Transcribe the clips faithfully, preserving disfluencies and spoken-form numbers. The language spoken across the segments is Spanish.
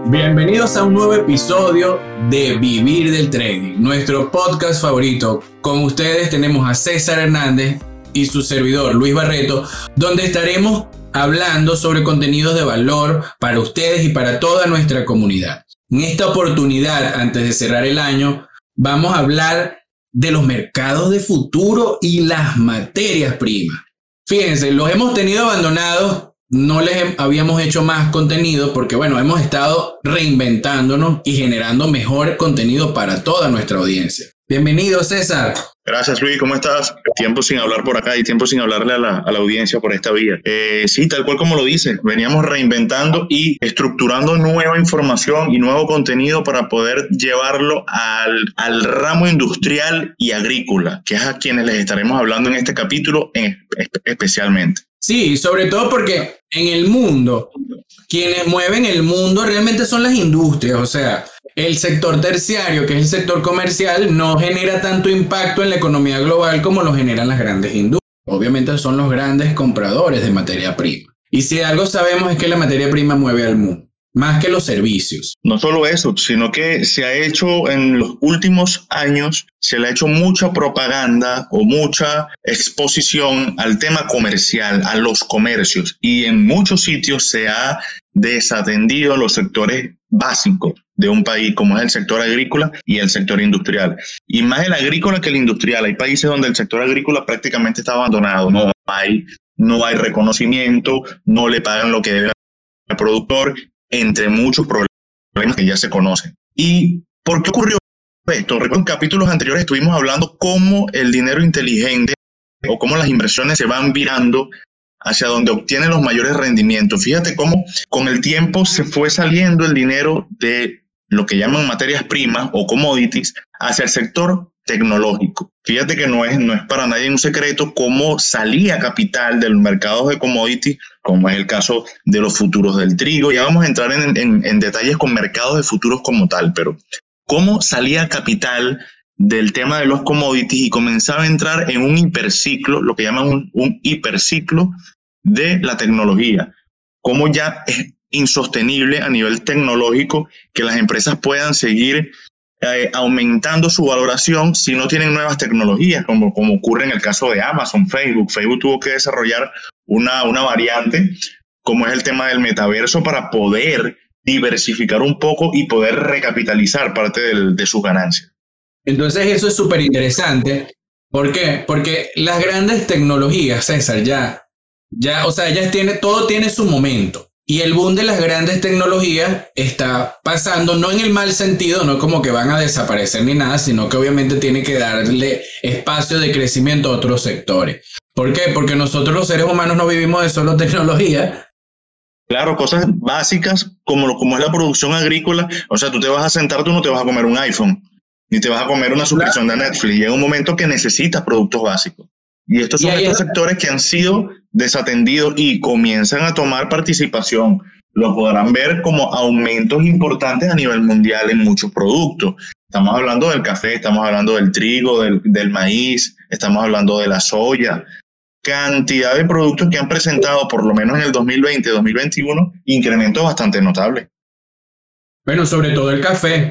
Bienvenidos a un nuevo episodio de Vivir del Trading, nuestro podcast favorito. Con ustedes tenemos a César Hernández y su servidor Luis Barreto, donde estaremos hablando sobre contenidos de valor para ustedes y para toda nuestra comunidad. En esta oportunidad, antes de cerrar el año, vamos a hablar de los mercados de futuro y las materias primas. Fíjense, los hemos tenido abandonados. No les habíamos hecho más contenido porque, bueno, hemos estado reinventándonos y generando mejor contenido para toda nuestra audiencia. Bienvenido, César. Gracias, Luis. ¿Cómo estás? Tiempo sin hablar por acá y tiempo sin hablarle a la, a la audiencia por esta vía. Eh, sí, tal cual como lo dices, veníamos reinventando y estructurando nueva información y nuevo contenido para poder llevarlo al, al ramo industrial y agrícola, que es a quienes les estaremos hablando en este capítulo en, especialmente. Sí, sobre todo porque en el mundo, quienes mueven el mundo realmente son las industrias, o sea, el sector terciario, que es el sector comercial, no genera tanto impacto en la economía global como lo generan las grandes industrias. Obviamente son los grandes compradores de materia prima. Y si algo sabemos es que la materia prima mueve al mundo, más que los servicios. No solo eso, sino que se ha hecho en los últimos años, se le ha hecho mucha propaganda o mucha exposición al tema comercial, a los comercios. Y en muchos sitios se ha desatendido los sectores básicos de un país, como es el sector agrícola y el sector industrial. Y más el agrícola que el industrial. Hay países donde el sector agrícola prácticamente está abandonado. No hay, no hay reconocimiento, no le pagan lo que debe al productor, entre muchos problemas que ya se conocen. ¿Y por qué ocurrió esto? Recuerdo en capítulos anteriores estuvimos hablando cómo el dinero inteligente o cómo las inversiones se van virando hacia donde obtienen los mayores rendimientos. Fíjate cómo con el tiempo se fue saliendo el dinero de lo que llaman materias primas o commodities hacia el sector tecnológico. Fíjate que no es, no es para nadie un secreto cómo salía capital del mercado de commodities, como es el caso de los futuros del trigo. Ya vamos a entrar en, en, en detalles con mercados de futuros como tal, pero cómo salía capital del tema de los commodities y comenzaba a entrar en un hiperciclo, lo que llaman un, un hiperciclo de la tecnología. Cómo ya es insostenible a nivel tecnológico que las empresas puedan seguir Eh, aumentando su valoración si no tienen nuevas tecnologías, como, como ocurre en el caso de Amazon, Facebook. Facebook tuvo que desarrollar una, una variante, como es el tema del metaverso, para poder diversificar un poco y poder recapitalizar parte de, de sus ganancias. Entonces eso es súper interesante. ¿Por qué? Porque las grandes tecnologías, César, ya, ya, o sea, ya tiene, todo tiene su momento. Y el boom de las grandes tecnologías está pasando, no en el mal sentido, no como que van a desaparecer ni nada, sino que obviamente tiene que darle espacio de crecimiento a otros sectores. ¿Por qué? Porque nosotros los seres humanos no vivimos de solo tecnología. Claro, cosas básicas como, como es la producción agrícola. O sea, tú te vas a sentar, tú no te vas a comer un iPhone, ni te vas a comer una suscripción de Netflix. Llega un momento que necesitas productos básicos. Y estos son y estos es... sectores que han sido desatendidos y comienzan a tomar participación. Lo podrán ver como aumentos importantes a nivel mundial en muchos productos. Estamos hablando del café, estamos hablando del trigo, del, del maíz, estamos hablando de la soya. Cantidad de productos que han presentado, por lo menos en el dos mil veinte, dos mil veintiuno, incrementos bastante notables. Bueno, sobre todo el café.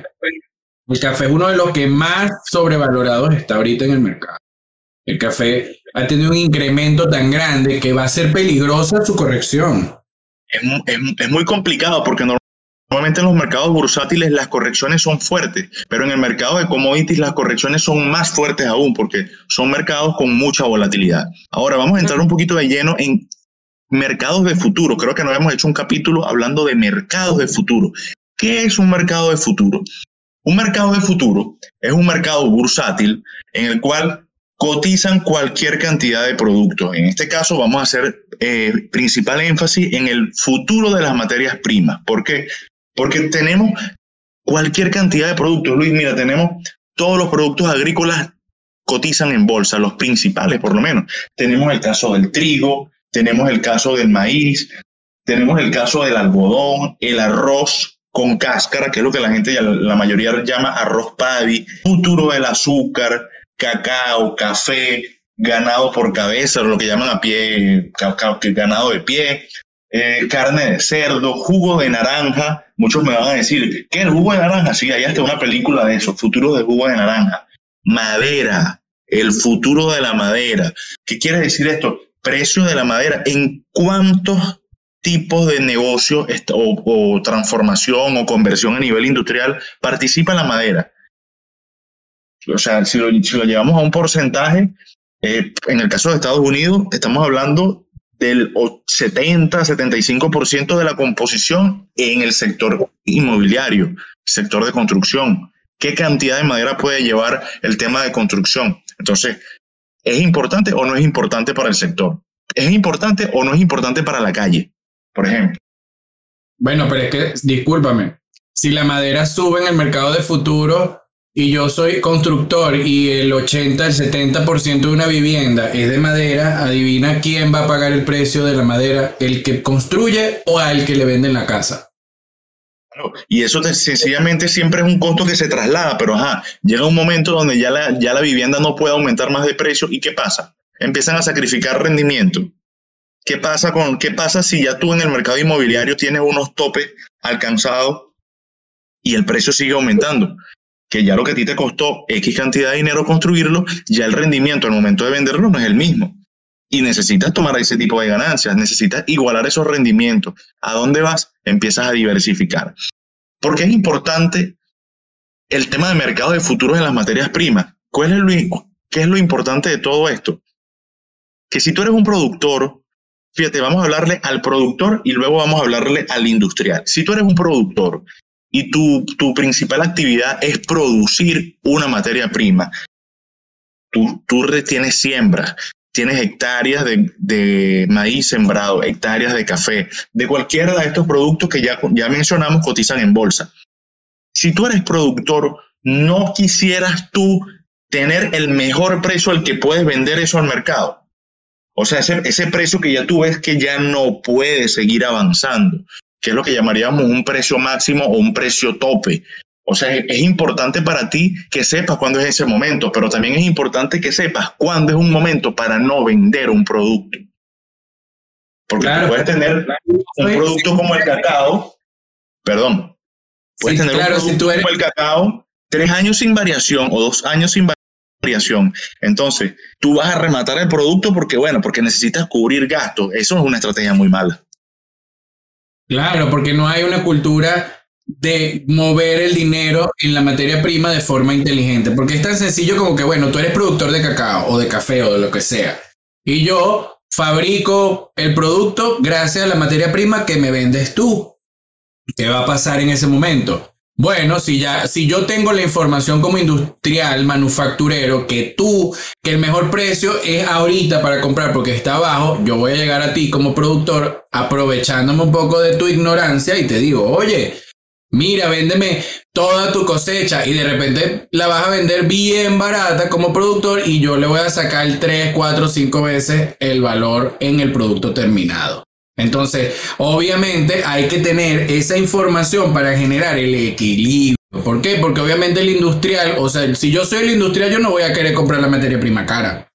El café es uno de los que más sobrevalorados está ahorita en el mercado. El café ha tenido un incremento tan grande que va a ser peligrosa su corrección. Es, es, es muy complicado porque normalmente en los mercados bursátiles las correcciones son fuertes, pero en el mercado de commodities las correcciones son más fuertes aún porque son mercados con mucha volatilidad. Ahora vamos a entrar un poquito de lleno en mercados de futuro. Creo que no hemos hecho un capítulo hablando de mercados de futuro. ¿Qué es un mercado de futuro? Un mercado de futuro es un mercado bursátil en el cual cotizan cualquier cantidad de productos. En este caso vamos a hacer eh, principal énfasis en el futuro de las materias primas. ¿Por qué? Porque tenemos cualquier cantidad de productos. Luis, mira, tenemos todos los productos agrícolas cotizan en bolsa, los principales por lo menos. Tenemos el caso del trigo, tenemos el caso del maíz, tenemos el caso del algodón, el arroz con cáscara, que es lo que la gente, la mayoría llama arroz paddy, futuro del azúcar, cacao, café, ganado por cabeza, lo que llaman a pie, ganado de pie, eh, carne de cerdo, jugo de naranja, muchos me van a decir, ¿qué? ¿El jugo de naranja? Sí, hay hasta una película de eso, futuros de jugo de naranja. Madera, el futuro de la madera. ¿Qué quiere decir esto? Precio de la madera. ¿En cuántos tipos de negocio o, o transformación o conversión a nivel industrial participa la madera? O sea, si lo, si lo llevamos a un porcentaje, eh, en el caso de Estados Unidos, estamos hablando del setenta, setenta y cinco por ciento de la composición en el sector inmobiliario, sector de construcción. ¿Qué cantidad de madera puede llevar el tema de construcción? Entonces, ¿es importante o no es importante para el sector? ¿Es importante o no es importante para la calle, por ejemplo? Bueno, pero es que, discúlpame, si la madera sube en el mercado de futuro y yo soy constructor y el ochenta, el setenta por ciento de una vivienda es de madera, adivina quién va a pagar el precio de la madera, el que construye o al que le venden la casa. Y eso te, sencillamente siempre es un costo que se traslada, pero ajá, llega un momento donde ya la, ya la vivienda no puede aumentar más de precio. ¿Y qué pasa? Empiezan a sacrificar rendimiento. ¿Qué pasa, con, ¿Qué pasa si ya tú en el mercado inmobiliario tienes unos topes alcanzados y el precio sigue aumentando? Que ya lo que a ti te costó X cantidad de dinero construirlo, ya el rendimiento al momento de venderlo no es el mismo. Y necesitas tomar ese tipo de ganancias, necesitas igualar esos rendimientos. ¿A dónde vas? Empiezas a diversificar. Porque es importante el tema de mercado de futuros en las materias primas. ¿Cuál es lo, ¿Qué es lo importante de todo esto? Que si tú eres un productor, fíjate, vamos a hablarle al productor y luego vamos a hablarle al industrial. Si tú eres un productor y tu, tu principal actividad es producir una materia prima, tú, tú tienes siembras, tienes hectáreas de, de maíz sembrado, hectáreas de café, de cualquiera de estos productos que ya, ya mencionamos cotizan en bolsa. Si tú eres productor, no quisieras tú tener el mejor precio al que puedes vender eso al mercado. O sea, ese, ese precio que ya tú ves que ya no puede seguir avanzando, que es lo que llamaríamos un precio máximo o un precio tope. O sea, es, es importante para ti que sepas cuándo es ese momento, pero también es importante que sepas cuándo es un momento para no vender un producto. Porque claro, puedes tener claro, un producto sí, como el cacao, perdón, puedes sí, tener claro, un producto si tú eres... como el cacao, tres años sin variación o dos años sin variación. Entonces, tú vas a rematar el producto porque, bueno, porque necesitas cubrir gastos. Eso es una estrategia muy mala. Claro, porque no hay una cultura de mover el dinero en la materia prima de forma inteligente, porque es tan sencillo como que, bueno, tú eres productor de cacao o de café o de lo que sea, y yo fabrico el producto gracias a la materia prima que me vendes tú. ¿Qué va a pasar en ese momento? Bueno, si ya, si yo tengo la información como industrial, manufacturero, que tú, que el mejor precio es ahorita para comprar porque está abajo, yo voy a llegar a ti como productor aprovechándome un poco de tu ignorancia y te digo, oye, mira, véndeme toda tu cosecha y de repente la vas a vender bien barata como productor y yo le voy a sacar tres, cuatro, cinco veces el valor en el producto terminado. Entonces, obviamente hay que tener esa información para generar el equilibrio. ¿Por qué? Porque obviamente el industrial, o sea, si yo soy el industrial, yo no voy a querer comprar la materia prima cara.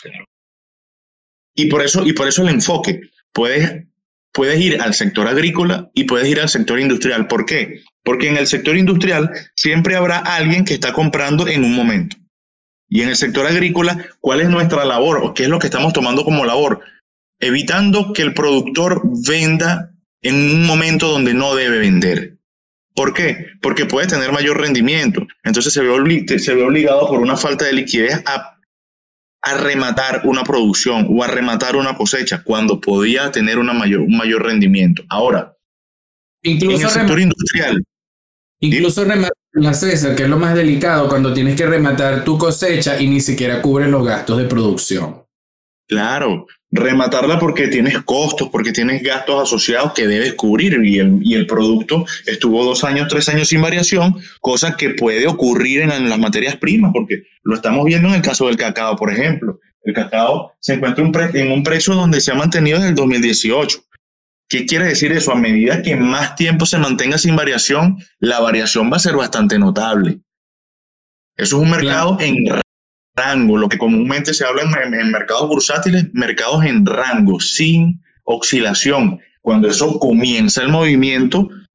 Y por eso, y por eso el enfoque. Puedes, puedes ir al sector agrícola y puedes ir al sector industrial. ¿Por qué? Porque en el sector industrial siempre habrá alguien que está comprando en un momento. Y en el sector agrícola, ¿cuál es nuestra labor? ¿O qué es lo que estamos tomando como labor? Evitando que el productor venda en un momento donde no debe vender. ¿Por qué? Porque puede tener mayor rendimiento. Entonces se ve, obli- se ve obligado por una falta de liquidez a, a rematar una producción o a rematar una cosecha cuando podía tener una mayor, un mayor rendimiento. Ahora, incluso en el sector industrial. Incluso rematar la César, que es lo más delicado cuando tienes que rematar tu cosecha y ni siquiera cubres los gastos de producción. Claro, rematarla porque tienes costos, porque tienes gastos asociados que debes cubrir y el, y el producto estuvo dos años, tres años sin variación, cosa que puede ocurrir en, en las materias primas, porque lo estamos viendo en el caso del cacao, por ejemplo. El cacao se encuentra un pre, en un precio donde se ha mantenido desde el dos mil dieciocho. ¿Qué quiere decir eso? A medida que más tiempo se mantenga sin variación, la variación va a ser bastante notable. Eso es un mercado claro. en rango, lo que comúnmente se habla en, en mercados bursátiles, mercados en rango, sin oscilación. Cuando eso comienza el movimiento,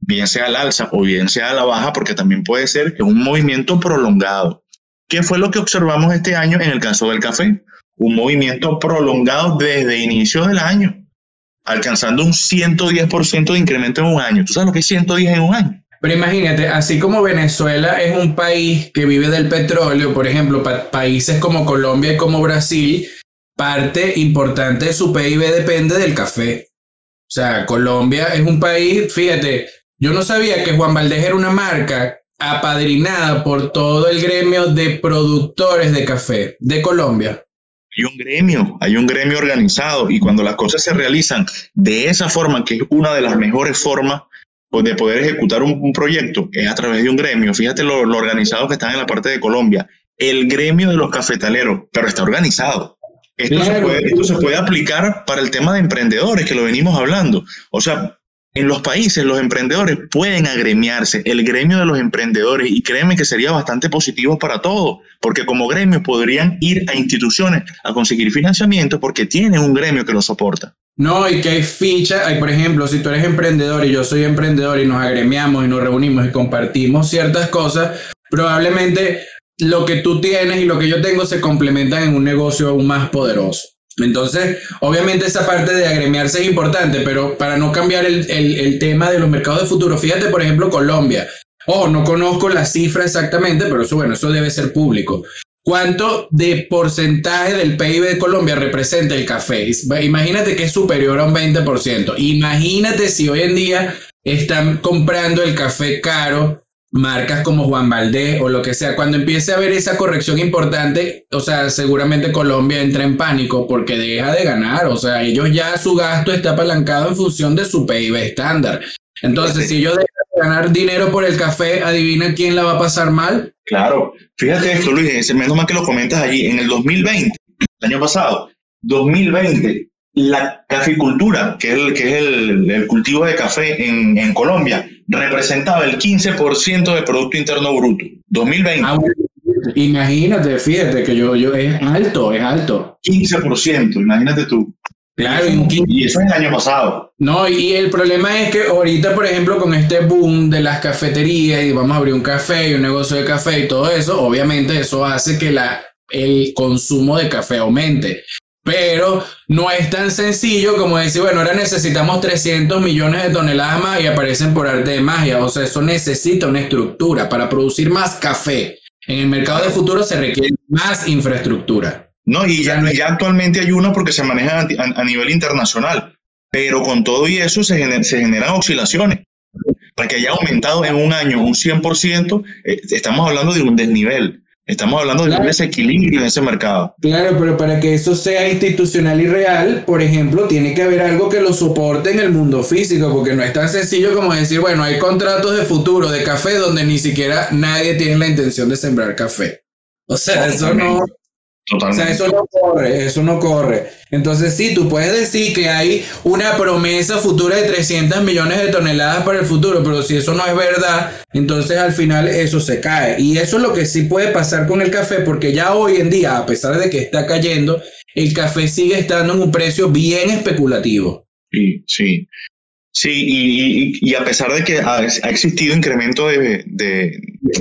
bien sea al alza o bien sea a la baja, porque también puede ser un movimiento prolongado. ¿Qué fue lo que observamos este año en el caso del café? Un movimiento prolongado desde inicio del año, alcanzando un ciento diez por ciento de incremento en un año. ¿Tú sabes lo que es ciento diez en un año? Pero imagínate, así como Venezuela es un país que vive del petróleo, por ejemplo, pa- países como Colombia y como Brasil, parte importante de su P I B depende del café. O sea, Colombia es un país, fíjate, yo no sabía que Juan Valdez era una marca apadrinada por todo el gremio de productores de café de Colombia. Hay un gremio, hay un gremio organizado, y cuando las cosas se realizan de esa forma, que es una de las mejores formas de poder ejecutar un, un proyecto, es a través de un gremio. Fíjate lo, lo organizados que están en la parte de Colombia, el gremio de los cafetaleros, pero está organizado. Esto, claro. se puede, esto se puede aplicar para el tema de emprendedores, que lo venimos hablando. O sea, en los países los emprendedores pueden agremiarse, el gremio de los emprendedores, y créeme que sería bastante positivo para todos, porque como gremio podrían ir a instituciones a conseguir financiamiento porque tienen un gremio que los soporta. No, y que hay fichas, hay, por ejemplo, si tú eres emprendedor y yo soy emprendedor y nos agremiamos y nos reunimos y compartimos ciertas cosas, probablemente lo que tú tienes y lo que yo tengo se complementan en un negocio aún más poderoso. Entonces, obviamente esa parte de agremiarse es importante, pero para no cambiar el, el, el tema de los mercados de futuro, fíjate, por ejemplo, Colombia. Oh, no conozco la cifra exactamente, pero eso, bueno, eso debe ser público. ¿Cuánto de porcentaje del P I B de Colombia representa el café? Imagínate que es superior a un veinte por ciento. Imagínate si hoy en día están comprando el café caro, marcas como Juan Valdez o lo que sea. Cuando empiece a haber esa corrección importante, o sea, seguramente Colombia entra en pánico porque deja de ganar. O sea, ellos ya su gasto está apalancado en función de su P I B estándar. Entonces, si ellos dejan de ganar dinero por el café, ¿adivina quién la va a pasar mal? Claro, fíjate esto, Luis, menos mal que lo comentas allí. En el dos mil veinte, el año pasado, dos mil veinte, la caficultura, que es el, que es el, el cultivo de café en, en Colombia, representaba el quince por ciento del Producto Interno Bruto. dos mil veinte. Ah, imagínate, fíjate que yo, yo es alto, es alto. quince por ciento, imagínate tú. Claro, y eso es el año pasado. No, y el problema es que ahorita, por ejemplo, con este boom de las cafeterías y vamos a abrir un café y un negocio de café y todo eso, obviamente eso hace que la, el consumo de café aumente. Pero no es tan sencillo como decir, bueno, ahora necesitamos trescientos millones de toneladas más y aparecen por arte de magia. O sea, eso necesita una estructura. Para producir más café en el mercado de futuro se requiere más infraestructura. No, y ya, ya actualmente hay uno porque se maneja a, a nivel internacional, pero con todo y eso se, gener, se generan oscilaciones. Para que haya aumentado en un año un cien por ciento, eh, estamos hablando de un desnivel, estamos hablando de claro. un desequilibrio en ese mercado. Claro, pero para que eso sea institucional y real, por ejemplo, tiene que haber algo que lo soporte en el mundo físico, porque no es tan sencillo como decir, bueno, hay contratos de futuro de café donde ni siquiera nadie tiene la intención de sembrar café. O sea, eso no... Totalmente. O sea, eso no corre, eso no corre. Entonces sí, tú puedes decir que hay una promesa futura de trescientos millones de toneladas para el futuro, pero si eso no es verdad, entonces al final eso se cae. Y eso es lo que sí puede pasar con el café, porque ya hoy en día, a pesar de que está cayendo, el café sigue estando en un precio bien especulativo. Sí, sí. Sí, y, y, y a pesar de que ha, ha existido incremento de, de,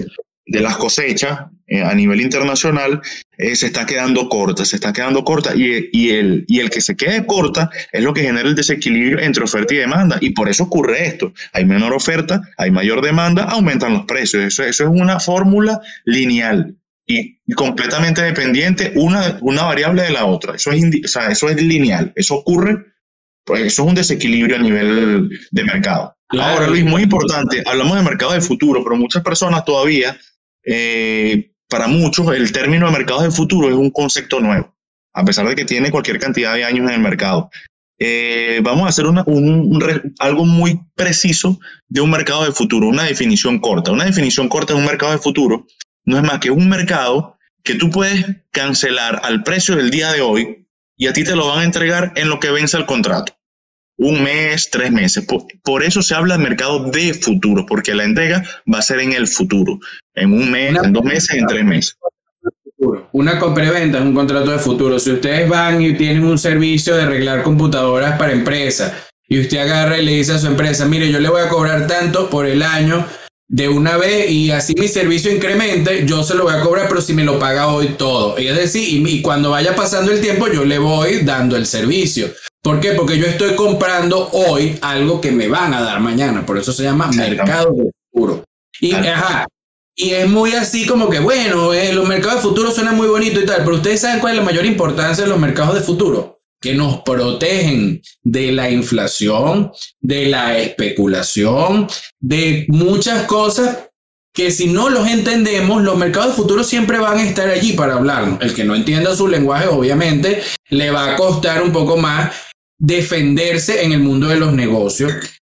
de las cosechas eh, a nivel internacional, eh, se está quedando corta, se está quedando corta y, y, el, y el que se quede corta es lo que genera el desequilibrio entre oferta y demanda, y por eso ocurre esto. Hay menor oferta, hay mayor demanda, aumentan los precios. Eso, eso es una fórmula lineal y completamente dependiente una, una variable de la otra. Eso es, o sea, eso es lineal, eso ocurre, pues eso es un desequilibrio a nivel de mercado. Claro. Ahora, Luis, muy importante, hablamos de mercado de futuro, pero muchas personas todavía, eh, para muchos, el término de mercado de futuro es un concepto nuevo, a pesar de que tiene cualquier cantidad de años en el mercado. Eh, vamos a hacer una, un, un, algo muy preciso de un mercado de futuro, una definición corta. Una definición corta de un mercado de futuro no es más que un mercado que tú puedes cancelar al precio del día de hoy y a ti te lo van a entregar en lo que vence el contrato. Un mes, tres meses. Por, por eso se habla de mercado de futuro, porque la entrega va a ser en el futuro, en un mes, una, en dos meses, en tres meses. Una compraventa es un contrato de futuro. Si ustedes van y tienen un servicio de arreglar computadoras para empresas y usted agarra y le dice a su empresa, mire, yo le voy a cobrar tanto por el año de una vez y así mi servicio incremente, yo se lo voy a cobrar, pero si me lo paga hoy todo. Y es decir, y, y cuando vaya pasando el tiempo, yo le voy dando el servicio. ¿Por qué? Porque yo estoy comprando hoy algo que me van a dar mañana. Por eso se llama mercado de futuro. Y, ajá, y es muy así como que, bueno, eh, los mercados de futuro suenan muy bonitos y tal, pero ustedes saben cuál es la mayor importancia de los mercados de futuro. Que nos protegen de la inflación, de la especulación, de muchas cosas que si no los entendemos, los mercados de futuro siempre van a estar allí para hablarnos. El que no entienda su lenguaje, obviamente, le va a costar un poco más defenderse en el mundo de los negocios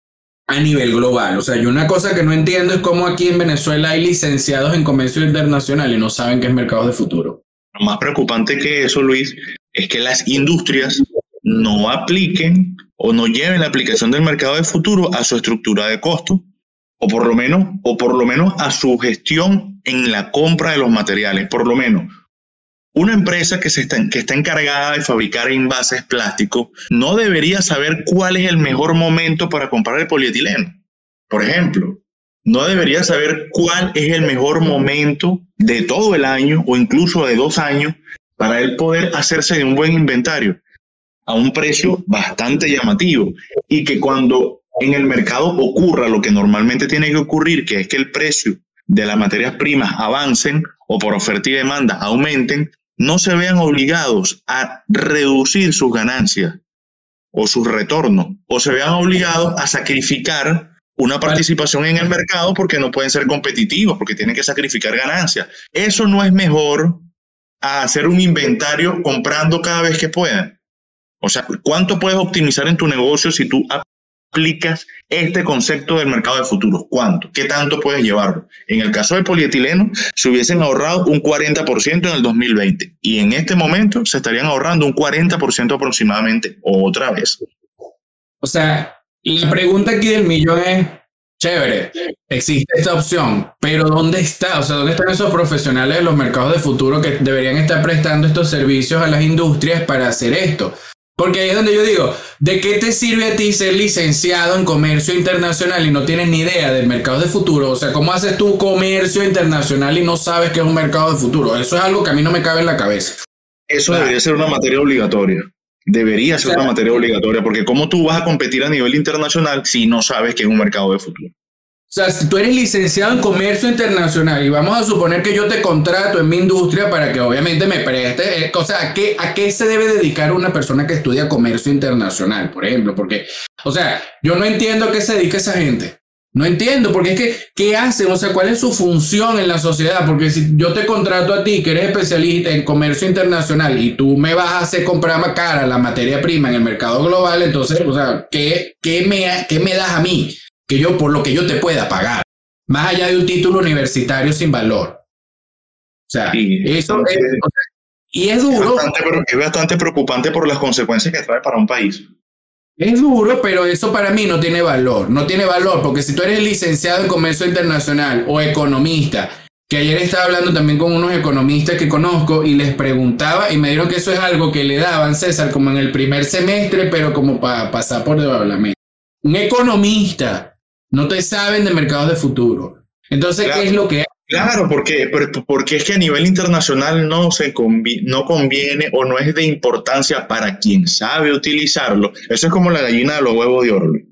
a nivel global. O sea, yo una cosa que no entiendo es cómo aquí en Venezuela hay licenciados en comercio internacional y no saben qué es mercados de futuro. Lo más preocupante que eso, Luis, es que las industrias no apliquen o no lleven la aplicación del mercado de futuro a su estructura de costo, o por lo menos, o por lo menos a su gestión en la compra de los materiales. Por lo menos, una empresa que, se está, que está encargada de fabricar envases plásticos no debería saber cuál es el mejor momento para comprar el polietileno. Por ejemplo, no debería saber cuál es el mejor momento de todo el año o incluso de dos años para él poder hacerse de un buen inventario a un precio bastante llamativo, y que cuando en el mercado ocurra lo que normalmente tiene que ocurrir, que es que el precio de las materias primas avancen o por oferta y demanda aumenten, no se vean obligados a reducir sus ganancias o sus retornos, o se vean obligados a sacrificar una participación en el mercado porque no pueden ser competitivos, porque tienen que sacrificar ganancias. Eso no es mejor a hacer un inventario comprando cada vez que puedan. O sea, ¿cuánto puedes optimizar en tu negocio si tú aplicas este concepto del mercado de futuros? ¿Cuánto? ¿Qué tanto puedes llevarlo? En el caso del polietileno, se hubiesen ahorrado un cuarenta por ciento en el dos mil veinte y en este momento se estarían ahorrando un cuarenta por ciento aproximadamente otra vez. O sea, la pregunta aquí del millón es, chévere, existe esta opción, pero ¿dónde está? O sea, ¿dónde están esos profesionales de los mercados de futuro que deberían estar prestando estos servicios a las industrias para hacer esto? Porque ahí es donde yo digo, ¿de qué te sirve a ti ser licenciado en comercio internacional y no tienes ni idea del mercado de futuro? O sea, ¿cómo haces tú comercio internacional y no sabes qué es un mercado de futuro? Eso es algo que a mí no me cabe en la cabeza. Eso debería ser una materia obligatoria. Debería ser o sea, una materia obligatoria, porque ¿cómo tú vas a competir a nivel internacional si no sabes qué es un mercado de futuro? O sea, si tú eres licenciado en comercio internacional y vamos a suponer que yo te contrato en mi industria para que obviamente me preste, eh, o sea, ¿a qué, ¿a qué se debe dedicar una persona que estudia comercio internacional, por ejemplo? Porque, o sea, yo no entiendo a qué se dedica esa gente. No entiendo, porque es que, ¿qué hacen? O sea, ¿cuál es su función en la sociedad? Porque si yo te contrato a ti, que eres especialista en comercio internacional y tú me vas a hacer comprar más cara la materia prima en el mercado global, entonces, o sea, ¿qué, qué, me, qué me das a mí? Que yo, por lo que yo te pueda pagar, más allá de un título universitario sin valor. O sea, sí, eso es, o sea, y es duro. Es bastante, es bastante preocupante por las consecuencias que trae para un país. Es duro, pero eso para mí no tiene valor. No tiene valor, porque si tú eres licenciado en comercio internacional o economista, que ayer estaba hablando también con unos economistas que conozco y les preguntaba y me dijeron que eso es algo que le daban, César, como en el primer semestre, pero como para pa pasar por debajo de la mesa. Un economista. No te saben de mercados de futuro. Entonces, claro, ¿qué es lo que hay? Claro, porque, porque es que a nivel internacional no, se convi no conviene o no es de importancia para quien sabe utilizarlo. Eso es como la gallina de los huevos de oro.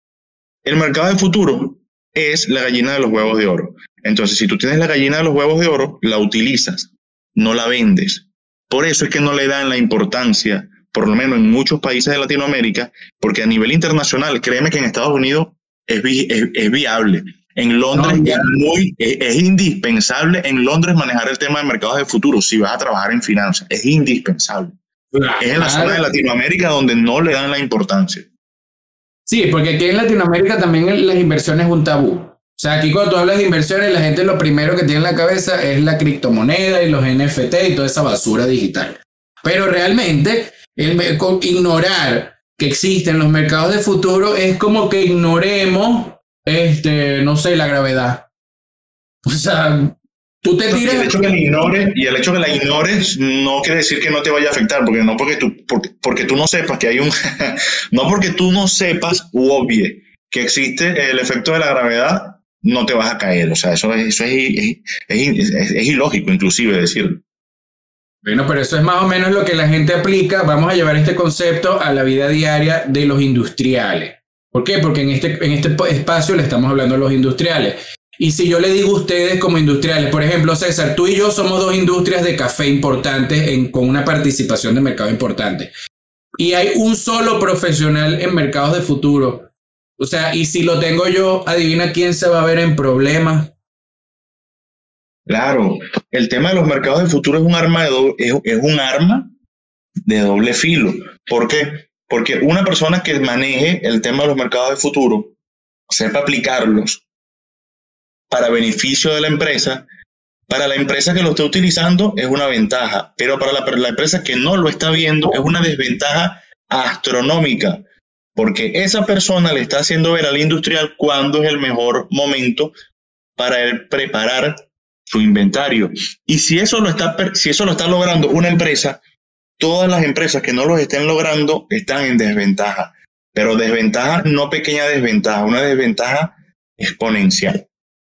El mercado de futuro es la gallina de los huevos de oro. Entonces, si tú tienes la gallina de los huevos de oro, la utilizas, no la vendes. Por eso es que no le dan la importancia, por lo menos en muchos países de Latinoamérica, porque a nivel internacional, créeme que en Estados Unidos Es, vi es, es viable. En Londres no, es, muy, es, es indispensable en Londres manejar el tema de mercados de futuro si vas a trabajar en finanzas. Es indispensable. Claro. Es en la zona de Latinoamérica donde no le dan la importancia. Sí, porque aquí en Latinoamérica también las inversiones es un tabú. O sea, aquí cuando tú hablas de inversiones, la gente lo primero que tiene en la cabeza es la criptomoneda y los N F T y toda esa basura digital. Pero realmente, el, ignorar que existen los mercados de futuro es como que ignoremos, este, no sé, la gravedad. O sea, Tú te tiras. Y el hecho que la ignores, y el hecho que la ignores no quiere decir que no te vaya a afectar, porque no porque tú, porque, porque tú no sepas que hay un, no porque tú no sepas u obvie que existe el efecto de la gravedad, no te vas a caer. O sea, eso es, eso es, es, es, es, es ilógico, inclusive decirlo. Bueno, pero eso es más o menos lo que la gente aplica. Vamos a llevar este concepto a la vida diaria de los industriales. ¿Por qué? Porque en este, en este espacio le estamos hablando a los industriales. Y si yo le digo a ustedes como industriales, por ejemplo, César, tú y yo somos dos industrias de café importantes en, con una participación de mercado importante. Y hay un solo profesional en mercados de futuro. O sea, y si lo tengo yo, adivina quién se va a ver en problemas. Claro, el tema de los mercados de futuro es un arma de doble, es, es un arma de doble filo. ¿Por qué? Porque una persona que maneje el tema de los mercados de futuro, sepa aplicarlos para beneficio de la empresa, para la empresa que lo esté utilizando es una ventaja, pero para la, para la empresa que no lo está viendo es una desventaja astronómica, porque esa persona le está haciendo ver al industrial cuándo es el mejor momento para él preparar su inventario. Y si eso lo está, si eso lo está logrando una empresa, todas las empresas que no lo estén logrando están en desventaja, pero desventaja, no pequeña desventaja, una desventaja exponencial.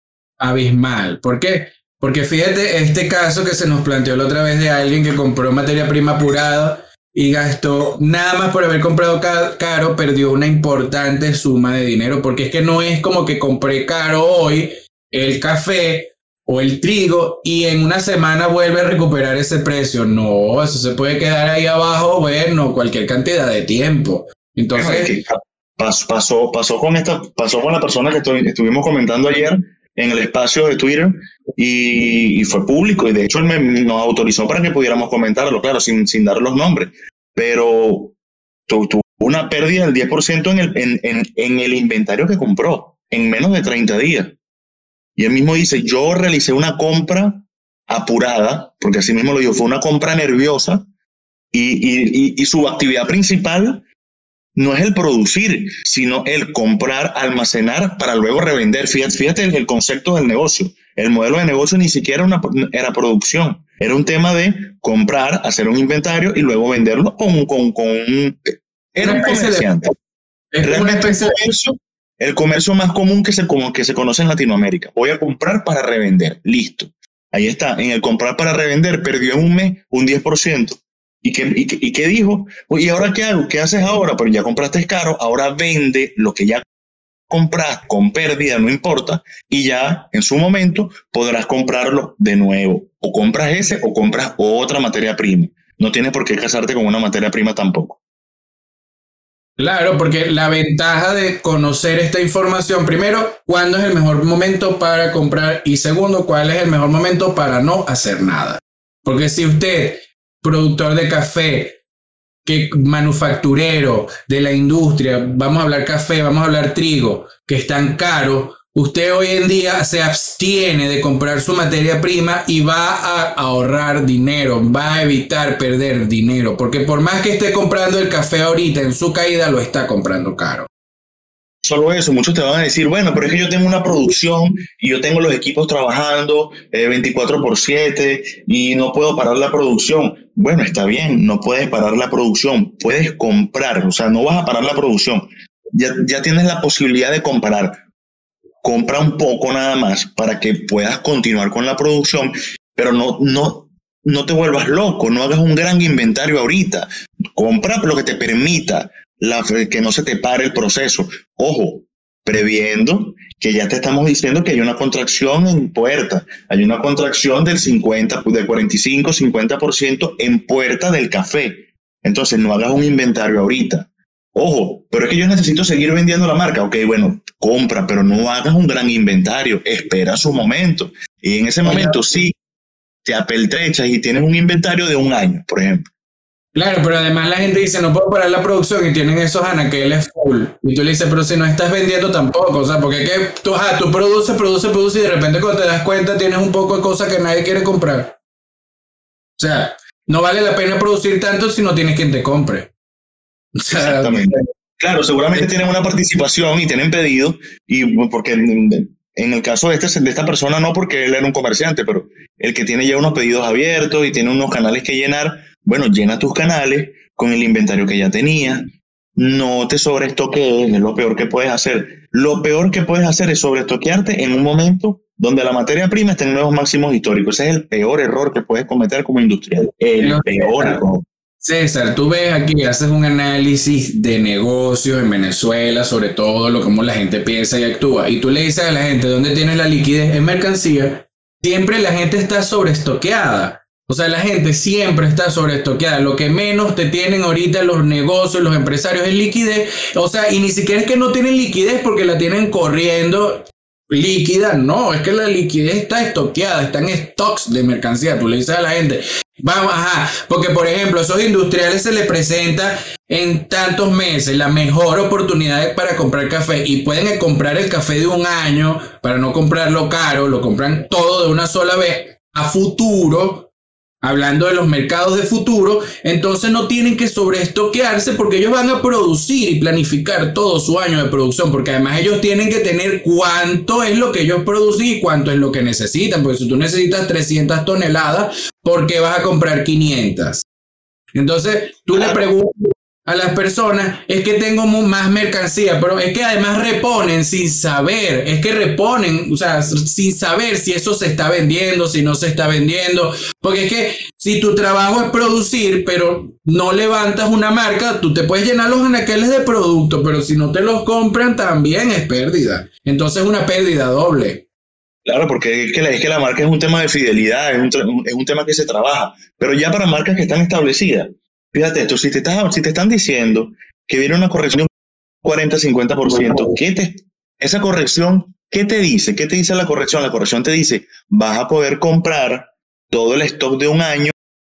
Abismal. ¿Por qué? Porque fíjate este caso que se nos planteó la otra vez de alguien que compró materia prima apurada y gastó, nada más por haber comprado caro, perdió una importante suma de dinero, porque es que no es como que compré caro hoy el café o el trigo y en una semana vuelve a recuperar ese precio. No, eso se puede quedar ahí abajo, bueno, cualquier cantidad de tiempo. Entonces, pasó, pasó, pasó con esta, pasó con la persona que estoy, estuvimos comentando ayer en el espacio de Twitter y, y fue público, y de hecho él me, nos autorizó para que pudiéramos comentarlo, claro, sin, sin dar los nombres, pero tuvo tu, una pérdida del diez por ciento en el, en, en, en el inventario que compró en menos de treinta días. Y él mismo dice, yo realicé una compra apurada, porque así mismo lo dijo, fue una compra nerviosa, y, y, y, y su actividad principal no es el producir, sino el comprar, almacenar para luego revender. Fíjate, fíjate el, el concepto del negocio. El modelo de negocio ni siquiera una, era producción. Era un tema de comprar, hacer un inventario y luego venderlo con, con, con un... Era un comerciante. De, Realmente el comercio, el comercio más común que se, como, que se conoce en Latinoamérica. Voy a comprar para revender. Listo. Ahí está. En el comprar para revender perdió en un mes un diez por ciento. ¿Y qué, y, qué, ¿Y qué dijo? ¿Y ahora qué hago? ¿Qué haces ahora? Pero ya compraste caro, ahora vende lo que ya compraste con pérdida, no importa, y ya en su momento podrás comprarlo de nuevo. O compras ese o compras otra materia prima. No tienes por qué casarte con una materia prima tampoco. Claro, porque la ventaja de conocer esta información, primero, ¿cuándo es el mejor momento para comprar? Y segundo, ¿cuál es el mejor momento para no hacer nada? Porque si usted, productor de café, que manufacturero de la industria, vamos a hablar café, vamos a hablar trigo, que están caros, usted hoy en día se abstiene de comprar su materia prima y va a ahorrar dinero, va a evitar perder dinero, porque por más que esté comprando el café ahorita en su caída, lo está comprando caro. Solo eso, muchos te van a decir, bueno, pero es que yo tengo una producción y yo tengo los equipos trabajando eh, veinticuatro por siete y no puedo parar la producción. Bueno, está bien, no puedes parar la producción, puedes comprar, o sea, no vas a parar la producción. Ya, ya tienes la posibilidad de comprar. Compra un poco nada más para que puedas continuar con la producción, pero no, no, no te vuelvas loco, no hagas un gran inventario ahorita. Compra lo que te permita La, que no se te pare el proceso. Ojo, previendo que ya te estamos diciendo que hay una contracción en puerta, hay una contracción del cincuenta, del cuarenta y cinco, cincuenta por ciento en puerta del café. Entonces no hagas un inventario ahorita. Ojo, pero es que yo necesito seguir vendiendo la marca. Ok, bueno, compra, pero no hagas un gran inventario, espera su momento. Y en ese momento sí, te apeltrechas y tienes un inventario de un año, por ejemplo. Claro, pero además la gente dice, no puedo parar la producción y tienen esos anaqueles full. Y tú le dices, pero si no estás vendiendo tampoco, o sea, porque es que tú, ajá, tú produces, produces, produces y de repente cuando te das cuenta tienes un poco de cosas que nadie quiere comprar. O sea, no vale la pena producir tanto si no tienes quien te compre. O sea, exactamente. Claro, seguramente tienen una participación y tienen pedido, y porque en, en el caso de, este, de esta persona no, porque él era un comerciante, pero el que tiene ya unos pedidos abiertos y tiene unos canales que llenar, bueno, llena tus canales con el inventario que ya tenías. No te sobreestoques, es lo peor que puedes hacer. Lo peor que puedes hacer es sobreestoquearte en un momento donde la materia prima está en nuevos máximos históricos. Ese es el peor error que puedes cometer como industrial. El no, peor error. César, tú ves aquí, haces un análisis de negocios en Venezuela, sobre todo lo cómo la gente piensa y actúa, y tú le dices a la gente dónde tienes la liquidez en mercancía, siempre la gente está sobreestoqueada. O sea, la gente siempre está sobreestoqueada. Lo que menos te tienen ahorita los negocios, los empresarios es liquidez. O sea, y ni siquiera es que no tienen liquidez porque la tienen corriendo líquida. No, es que la liquidez está estoqueada, está en stocks de mercancía. Tú le dices a la gente, vamos, ajá, porque por ejemplo, a esos industriales se les presenta en tantos meses la mejor oportunidad para comprar café y pueden comprar el café de un año para no comprarlo caro, lo compran todo de una sola vez a futuro. Hablando de los mercados de futuro, entonces no tienen que sobreestoquearse porque ellos van a producir y planificar todo su año de producción, porque además ellos tienen que tener cuánto es lo que ellos producen y cuánto es lo que necesitan, porque si tú necesitas trescientas toneladas, ¿por qué vas a comprar quinientas? Entonces tú le preguntas a las personas, es que tengo más mercancía, pero es que además reponen sin saber, es que reponen, o sea, sin saber si eso se está vendiendo, si no se está vendiendo, porque es que si tu trabajo es producir, pero no levantas una marca, tú te puedes llenar los anaqueles de producto, pero si no te los compran también es pérdida, entonces es una pérdida doble. Claro, porque es que, la, es que la marca es un tema de fidelidad, es un, es un tema que se trabaja, pero ya para marcas que están establecidas. Fíjate esto, si te, estás, si te están diciendo que viene una corrección de un cuarenta a cincuenta por ciento, ¿qué te, esa corrección, ¿qué te dice? ¿Qué te dice la corrección? La corrección te dice, vas a poder comprar todo el stock de un año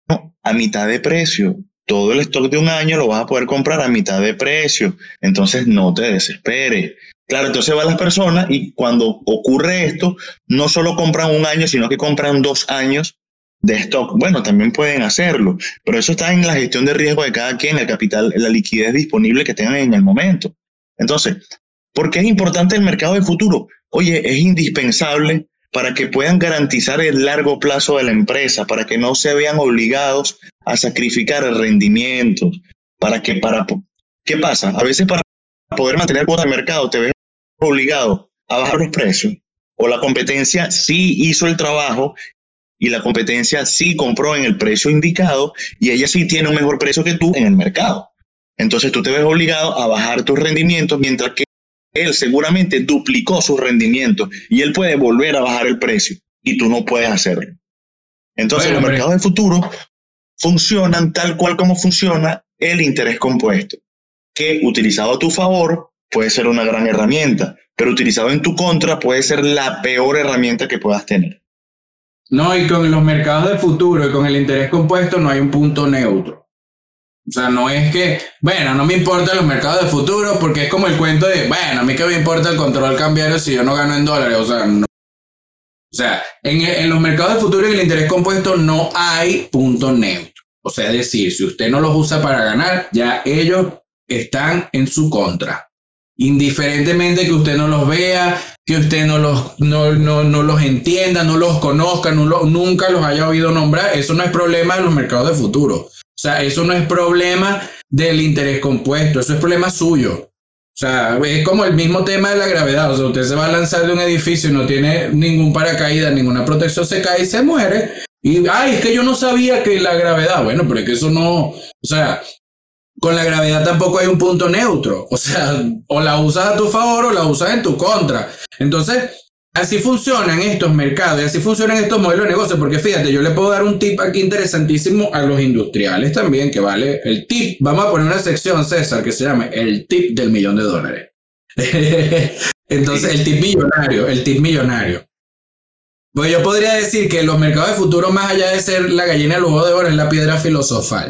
a mitad de precio. Todo el stock de un año lo vas a poder comprar a mitad de precio. Entonces no te desesperes. Claro, entonces van las personas y cuando ocurre esto, no solo compran un año, sino que compran dos años de stock. Bueno, también pueden hacerlo, pero eso está en la gestión de riesgo de cada quien, el capital, la liquidez disponible que tengan en el momento. Entonces, ¿por qué es importante el mercado de futuro? Oye, es indispensable para que puedan garantizar el largo plazo de la empresa, para que no se vean obligados a sacrificar rendimientos, para que para ¿qué pasa? A veces para poder mantener cuota de mercado te ves obligado a bajar los precios, o la competencia sí hizo el trabajo y la competencia sí compró en el precio indicado y ella sí tiene un mejor precio que tú en el mercado. Entonces tú te ves obligado a bajar tus rendimientos mientras que él seguramente duplicó sus rendimientos y él puede volver a bajar el precio y tú no puedes hacerlo. Entonces bueno, los mercados de futuro funcionan tal cual como funciona el interés compuesto, que utilizado a tu favor puede ser una gran herramienta, pero utilizado en tu contra puede ser la peor herramienta que puedas tener. No, y con los mercados de futuro y con el interés compuesto no hay un punto neutro. O sea, no es que, bueno, no me importan los mercados de futuro porque es como el cuento de, bueno, a mí que me importa el control cambiario si yo no gano en dólares. O sea, no. O sea, en, en los mercados de futuro y el interés compuesto no hay punto neutro. O sea, es decir, si usted no los usa para ganar, ya ellos están en su contra. Indiferentemente que usted no los vea, que usted no los, no, no, no los entienda, no los conozca, no lo, nunca los haya oído nombrar, eso no es problema de los mercados de futuro. O sea, eso no es problema del interés compuesto, eso es problema suyo. O sea, es como el mismo tema de la gravedad. O sea, usted se va a lanzar de un edificio y no tiene ningún paracaídas, ninguna protección, se cae y se muere. Y, ay, es que yo no sabía que la gravedad, bueno, pero es que eso no, o sea... Con la gravedad tampoco hay un punto neutro. O sea, o la usas a tu favor o la usas en tu contra. Entonces, así funcionan estos mercados y así funcionan estos modelos de negocio. Porque fíjate, yo le puedo dar un tip aquí interesantísimo a los industriales también, que vale el tip. Vamos a poner una sección, César, que se llame el tip del millón de dólares. Entonces, el tip millonario, el tip millonario. Pues yo podría decir que los mercados de futuro, más allá de ser la gallina del huevo de oro, es la piedra filosofal.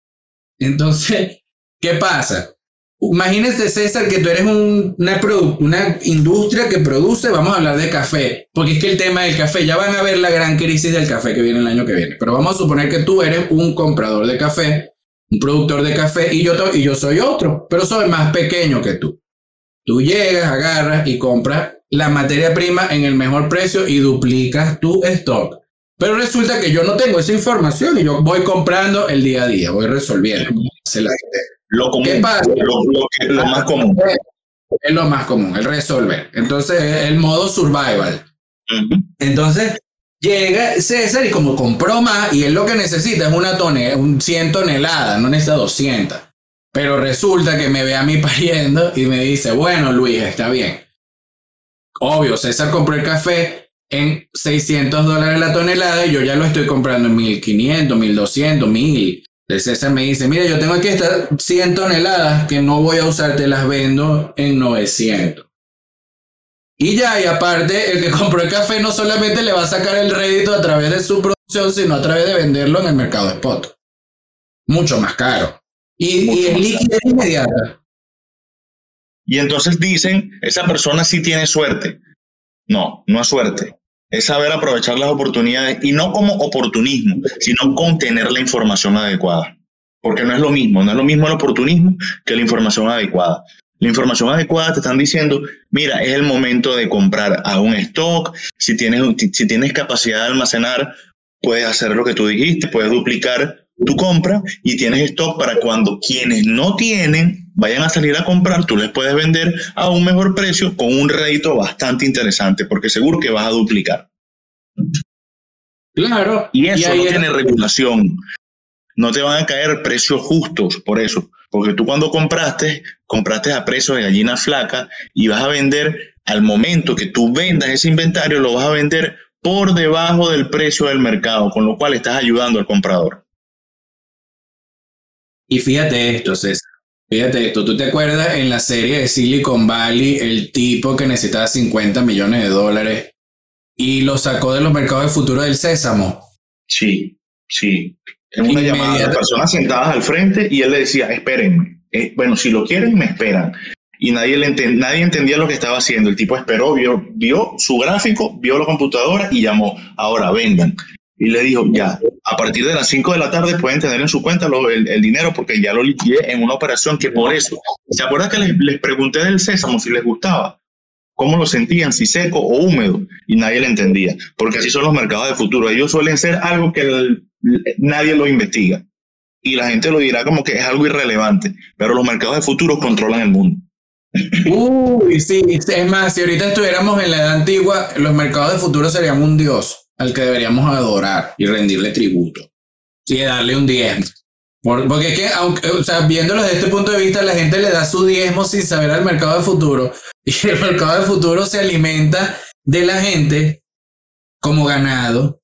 Entonces, ¿qué pasa? Imagínese, César, que tú eres un, una, una industria que produce, vamos a hablar de café, porque es que el tema del café, ya van a ver la gran crisis del café que viene el año que viene, pero vamos a suponer que tú eres un comprador de café, un productor de café, y yo, y yo soy otro, pero soy más pequeño que tú. Tú llegas, agarras y compras la materia prima en el mejor precio y duplicas tu stock. Pero resulta que yo no tengo esa información y yo voy comprando el día a día, voy resolviendo. Se la Lo común, ¿Qué pasa? Lo, lo, que- lo más común. Es lo más común, el resolver. Entonces, el modo survival. Ujú. Entonces, llega César y como compró más, y él lo que necesita es una tonelada, un cien toneladas, no necesita doscientas. Pero resulta que me ve a mí pariendo y me dice, bueno, Luis, está bien. Obvio, César compró el café en seiscientos dólares la tonelada y yo ya lo estoy comprando en mil quinientos, mil doscientos, mil. El César me dice, mira, yo tengo aquí estas cien toneladas que no voy a usar, te las vendo en novecientos. Y ya, y aparte, el que compró el café no solamente le va a sacar el rédito a través de su producción, sino a través de venderlo en el mercado spot. Mucho más caro. Y, Mucho y el más liquidez inmediata. Y entonces dicen, esa persona sí tiene suerte. No, no es suerte. Es saber aprovechar las oportunidades y no como oportunismo, sino con tener la información adecuada. Porque no es lo mismo, no es lo mismo el oportunismo que la información adecuada. La información adecuada te están diciendo, mira, es el momento de comprar a un stock, si tienes, si tienes capacidad de almacenar, puedes hacer lo que tú dijiste, puedes duplicar tu compra y tienes stock para cuando quienes no tienen vayan a salir a comprar, tú les puedes vender a un mejor precio con un rédito bastante interesante, porque seguro que vas a duplicar. Claro. Y eso y ahí no es... tiene regulación. No te van a caer precios justos por eso. Porque tú cuando compraste, compraste a precio de gallina flaca y vas a vender al momento que tú vendas ese inventario, lo vas a vender por debajo del precio del mercado, con lo cual estás ayudando al comprador. Y fíjate esto, César. Fíjate esto. ¿Tú te acuerdas en la serie de Silicon Valley el tipo que necesitaba cincuenta millones de dólares y lo sacó de los mercados de futuro del Sésamo? Sí, sí. En una llamada, las personas sentadas al frente y él le decía, espérenme. Eh, bueno, si lo quieren, me esperan. Y nadie, le ent nadie entendía lo que estaba haciendo. El tipo esperó, vio, vio su gráfico, vio la computadora y llamó, ahora vendan. Y le dijo, ya, a partir de las cinco de la tarde pueden tener en su cuenta lo, el, el dinero porque ya lo liquidé en una operación que por eso. ¿Se acuerdan que les, les pregunté del sésamo si les gustaba? ¿Cómo lo sentían? Si seco o húmedo. Y nadie le entendía. Porque así son los mercados de futuro. Ellos suelen ser algo que el, nadie lo investiga. Y la gente lo dirá como que es algo irrelevante. Pero los mercados de futuro controlan el mundo. Uy, sí, es más, si ahorita estuviéramos en la edad antigua, los mercados de futuro serían un dios al que deberíamos adorar y rendirle tributo y darle un diezmo. Por, porque es que, aunque, o sea, viéndolo desde este punto de vista, la gente le da su diezmo sin saber al mercado de futuro y el mercado de futuro se alimenta de la gente como ganado,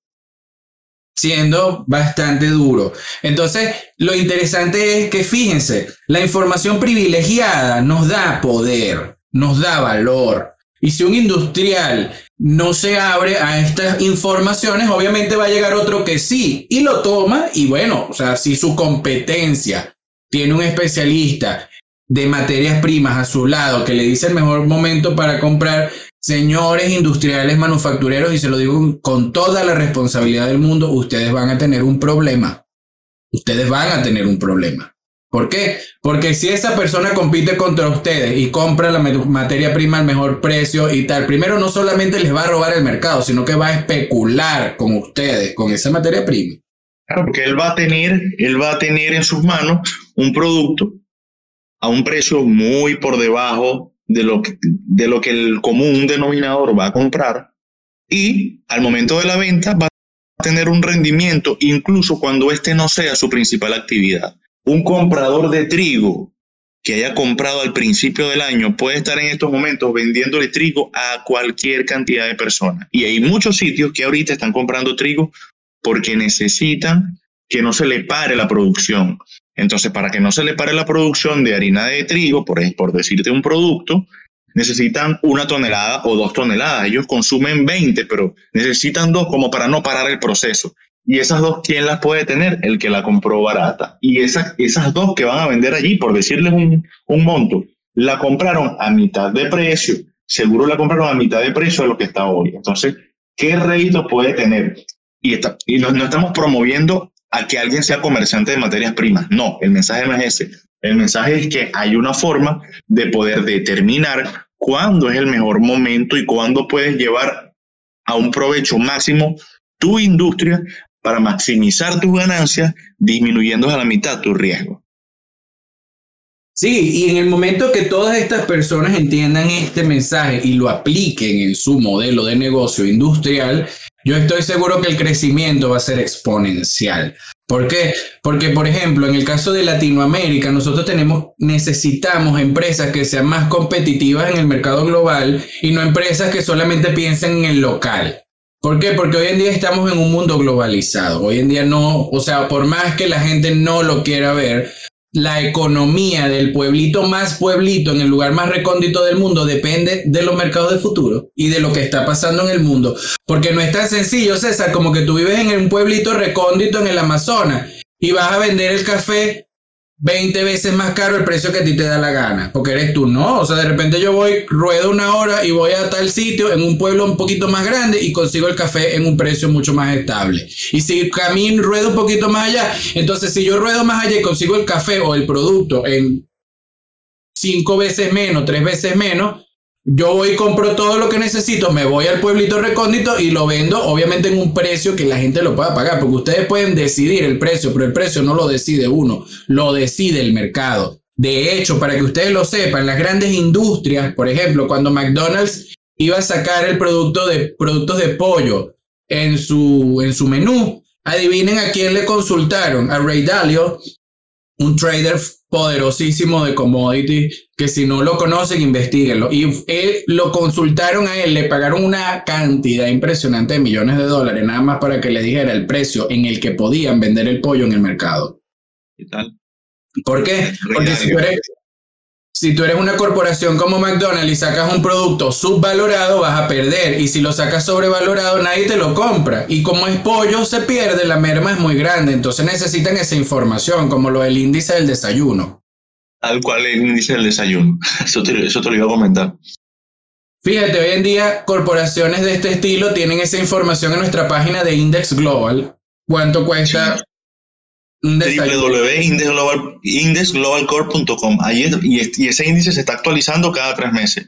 siendo bastante duro. Entonces, lo interesante es que, fíjense, la información privilegiada nos da poder, nos da valor. Y si un industrial no se abre a estas informaciones, obviamente va a llegar otro que sí, y lo toma, y bueno, o sea, si su competencia tiene un especialista de materias primas a su lado que le dice el mejor momento para comprar, señores industriales manufactureros, y se lo digo con toda la responsabilidad del mundo, ustedes van a tener un problema. Ustedes van a tener un problema. ¿Por qué? Porque si esa persona compite contra ustedes y compra la materia prima al mejor precio y tal, primero no solamente les va a robar el mercado, sino que va a especular con ustedes, con esa materia prima. Claro, porque él va a tener, él va a tener en sus manos un producto a un precio muy por debajo de lo que, de lo que el común denominador va a comprar, y al momento de la venta va a tener un rendimiento incluso cuando este no sea su principal actividad. Un comprador de trigo que haya comprado al principio del año puede estar en estos momentos vendiéndole trigo a cualquier cantidad de personas. Y hay muchos sitios que ahorita están comprando trigo porque necesitan que no se le pare la producción. Entonces, para que no se le pare la producción de harina de trigo, por, por decirte un producto, necesitan una tonelada o dos toneladas. Ellos consumen veinte, pero necesitan dos como para no parar el proceso. Y esas dos, ¿quién las puede tener? El que la compró barata. Y esas, esas dos que van a vender allí, por decirles un, un monto, la compraron a mitad de precio. Seguro la compraron a mitad de precio de lo que está hoy. Entonces, ¿qué rédito puede tener? Y, está, y no, no estamos promoviendo a que alguien sea comerciante de materias primas. No, el mensaje no es ese. El mensaje es que hay una forma de poder determinar cuándo es el mejor momento y cuándo puedes llevar a un provecho máximo tu industria para maximizar tus ganancias, disminuyendo a la mitad tu riesgo. Sí, y en el momento que todas estas personas entiendan este mensaje y lo apliquen en su modelo de negocio industrial, yo estoy seguro que el crecimiento va a ser exponencial. ¿Por qué? Porque, por ejemplo, en el caso de Latinoamérica, nosotros tenemos, necesitamos empresas que sean más competitivas en el mercado global y no empresas que solamente piensen en el local. ¿Por qué? Porque hoy en día estamos en un mundo globalizado. Hoy en día no, o sea, por más que la gente no lo quiera ver, la economía del pueblito más pueblito en el lugar más recóndito del mundo depende de los mercados de futuro y de lo que está pasando en el mundo. Porque no es tan sencillo, César, como que tú vives en un pueblito recóndito en el Amazonas y vas a vender el café veinte veces más caro el precio que a ti te da la gana, porque eres tú, ¿no? O sea, de repente yo voy, ruedo una hora y voy a tal sitio en un pueblo un poquito más grande y consigo el café en un precio mucho más estable. Y si camino, ruedo un poquito más allá, entonces si yo ruedo más allá y consigo el café o el producto en cinco veces menos, tres veces menos, yo voy y compro todo lo que necesito, me voy al pueblito recóndito y lo vendo, obviamente en un precio que la gente lo pueda pagar, porque ustedes pueden decidir el precio, pero el precio no lo decide uno, lo decide el mercado. De hecho, para que ustedes lo sepan, las grandes industrias, por ejemplo, cuando McDonald's iba a sacar el producto de productos de pollo en su, en su menú, adivinen a quién le consultaron, a Ray Dalio, un trader poderosísimo de commodity, que si no lo conocen, investiguenlo. Y él, lo consultaron a él, le pagaron una cantidad impresionante de millones de dólares, nada más para que le dijera el precio en el que podían vender el pollo en el mercado. ¿Qué tal? ¿Por qué? Porque si tú eres, si tú eres una corporación como McDonald's y sacas un producto subvalorado, vas a perder. Y si lo sacas sobrevalorado, nadie te lo compra. Y como es pollo, se pierde, la merma es muy grande. Entonces necesitan esa información, como lo del índice del desayuno. Tal cual el índice del desayuno. Eso te, eso te lo iba a comentar. Fíjate, hoy en día corporaciones de este estilo tienen esa información en nuestra página de Index Global. ¿Cuánto cuesta? Sí. w w w punto index global corp punto com. Y ese índice se está actualizando cada tres meses.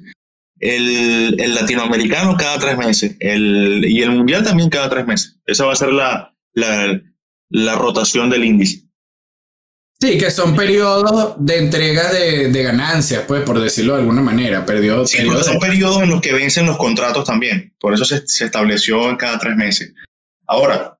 El, el latinoamericano cada tres meses. El, y el mundial también cada tres meses. Esa va a ser la, la, la rotación del índice. Sí, que son periodos de entrega de, de ganancias, pues, por decirlo de alguna manera. Periodos, sí, periodos son de... periodos en los que vencen los contratos también. Por eso se, se estableció en cada tres meses. Ahora,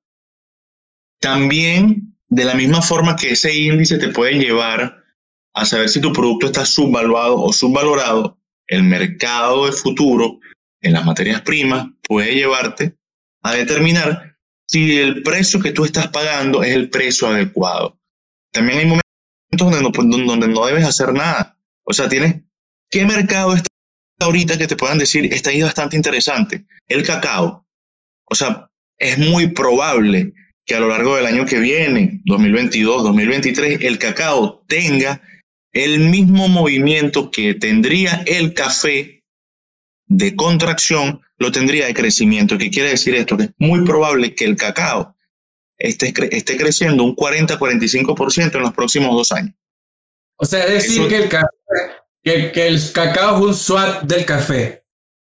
también, de la misma forma que ese índice te puede llevar a saber si tu producto está subvaluado o subvalorado, el mercado de futuro en las materias primas puede llevarte a determinar si el precio que tú estás pagando es el precio adecuado. También hay momentos donde no, donde no debes hacer nada. O sea, tienes, ¿qué mercado está ahorita que te puedan decir está ahí bastante interesante? El cacao. O sea, es muy probable que a lo largo del año que viene, dos mil veintidós, dos mil veintitrés, el cacao tenga el mismo movimiento que tendría el café de contracción, lo tendría de crecimiento. ¿Qué quiere decir esto? Que es muy probable que el cacao esté, cre- esté creciendo un cuarenta a cuarenta y cinco por ciento en los próximos dos años. O sea, es decir Eso- que el, café, que, que el cacao es un swap del café.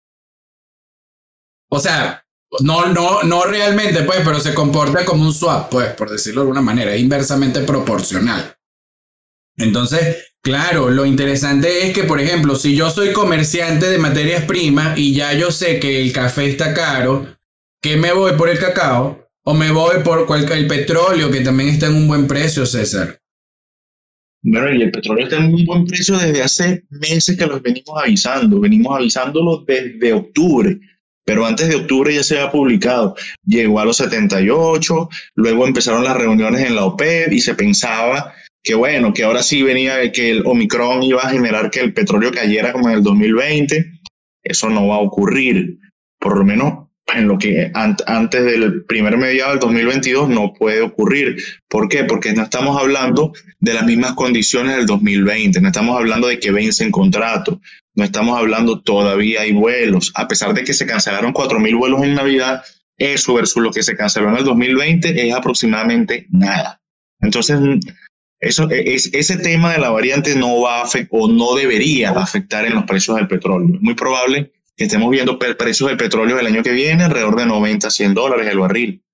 O sea, no, no, no realmente, pues, pero se comporta como un swap, pues, por decirlo de alguna manera, es inversamente proporcional. Entonces, claro, lo interesante es que, por ejemplo, si yo soy comerciante de materias primas y ya yo sé que el café está caro, ¿qué me voy por el cacao? ¿O me voy por cual- el petróleo, que también está en un buen precio, César? Bueno, y el petróleo está en un buen precio desde hace meses que los venimos avisando. Venimos avisándolo desde octubre, pero antes de octubre ya se había publicado. Llegó a los setenta y ocho, luego empezaron las reuniones en la OPEP y se pensaba que bueno, que ahora sí venía, que el Omicron iba a generar que el petróleo cayera como en el dos mil veinte. Eso no va a ocurrir, por lo menos en lo que an- antes del primer mediado del dos mil veintidós no puede ocurrir. ¿Por qué? Porque no estamos hablando de las mismas condiciones del dos mil veinte, no estamos hablando de que vencen contratos, no estamos hablando todavía hay vuelos, a pesar de que se cancelaron cuatro mil vuelos en Navidad, eso versus lo que se canceló en el dos mil veinte es aproximadamente nada. Entonces, eso, es, ese tema de la variante no va a afectar o no debería afectar en los precios del petróleo. Es muy probable que estemos viendo precios del petróleo el año que viene alrededor de noventa a cien dólares el barril.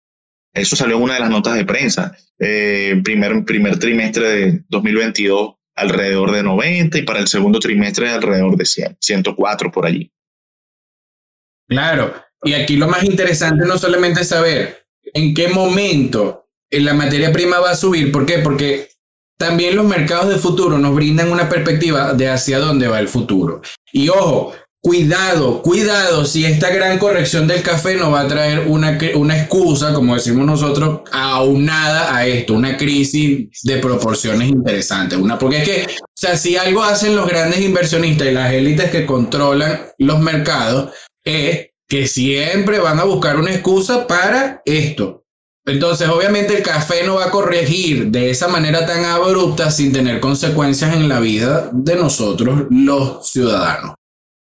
Eso salió en una de las notas de prensa. Eh, primer, primer trimestre de dos mil veintidós alrededor de noventa y para el segundo trimestre alrededor de cien, ciento cuatro por allí. Claro, y aquí lo más interesante no solamente es saber en qué momento la materia prima va a subir. ¿Por qué? Porque también los mercados de futuro nos brindan una perspectiva de hacia dónde va el futuro. Y ojo, cuidado, cuidado si esta gran corrección del café nos va a traer una, una excusa, como decimos nosotros, aunada a esto, una crisis de proporciones interesantes. Una, porque es que, o sea, si algo hacen los grandes inversionistas y las élites que controlan los mercados, es que siempre van a buscar una excusa para esto. Entonces, obviamente, el café no va a corregir de esa manera tan abrupta sin tener consecuencias en la vida de nosotros, los ciudadanos.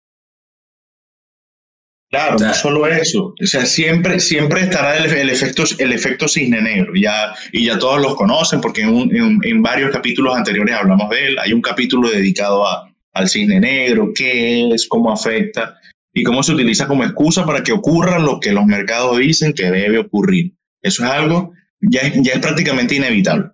Claro, o sea, no solo eso, o sea, siempre, siempre estará el, el, efecto, el efecto cisne negro, ya, y ya todos los conocen porque en, un, en, en varios capítulos anteriores hablamos de él. Hay un capítulo dedicado a, al cisne negro, qué es, cómo afecta y cómo se utiliza como excusa para que ocurra lo que los mercados dicen que debe ocurrir. Eso es algo, ya, ya es prácticamente inevitable.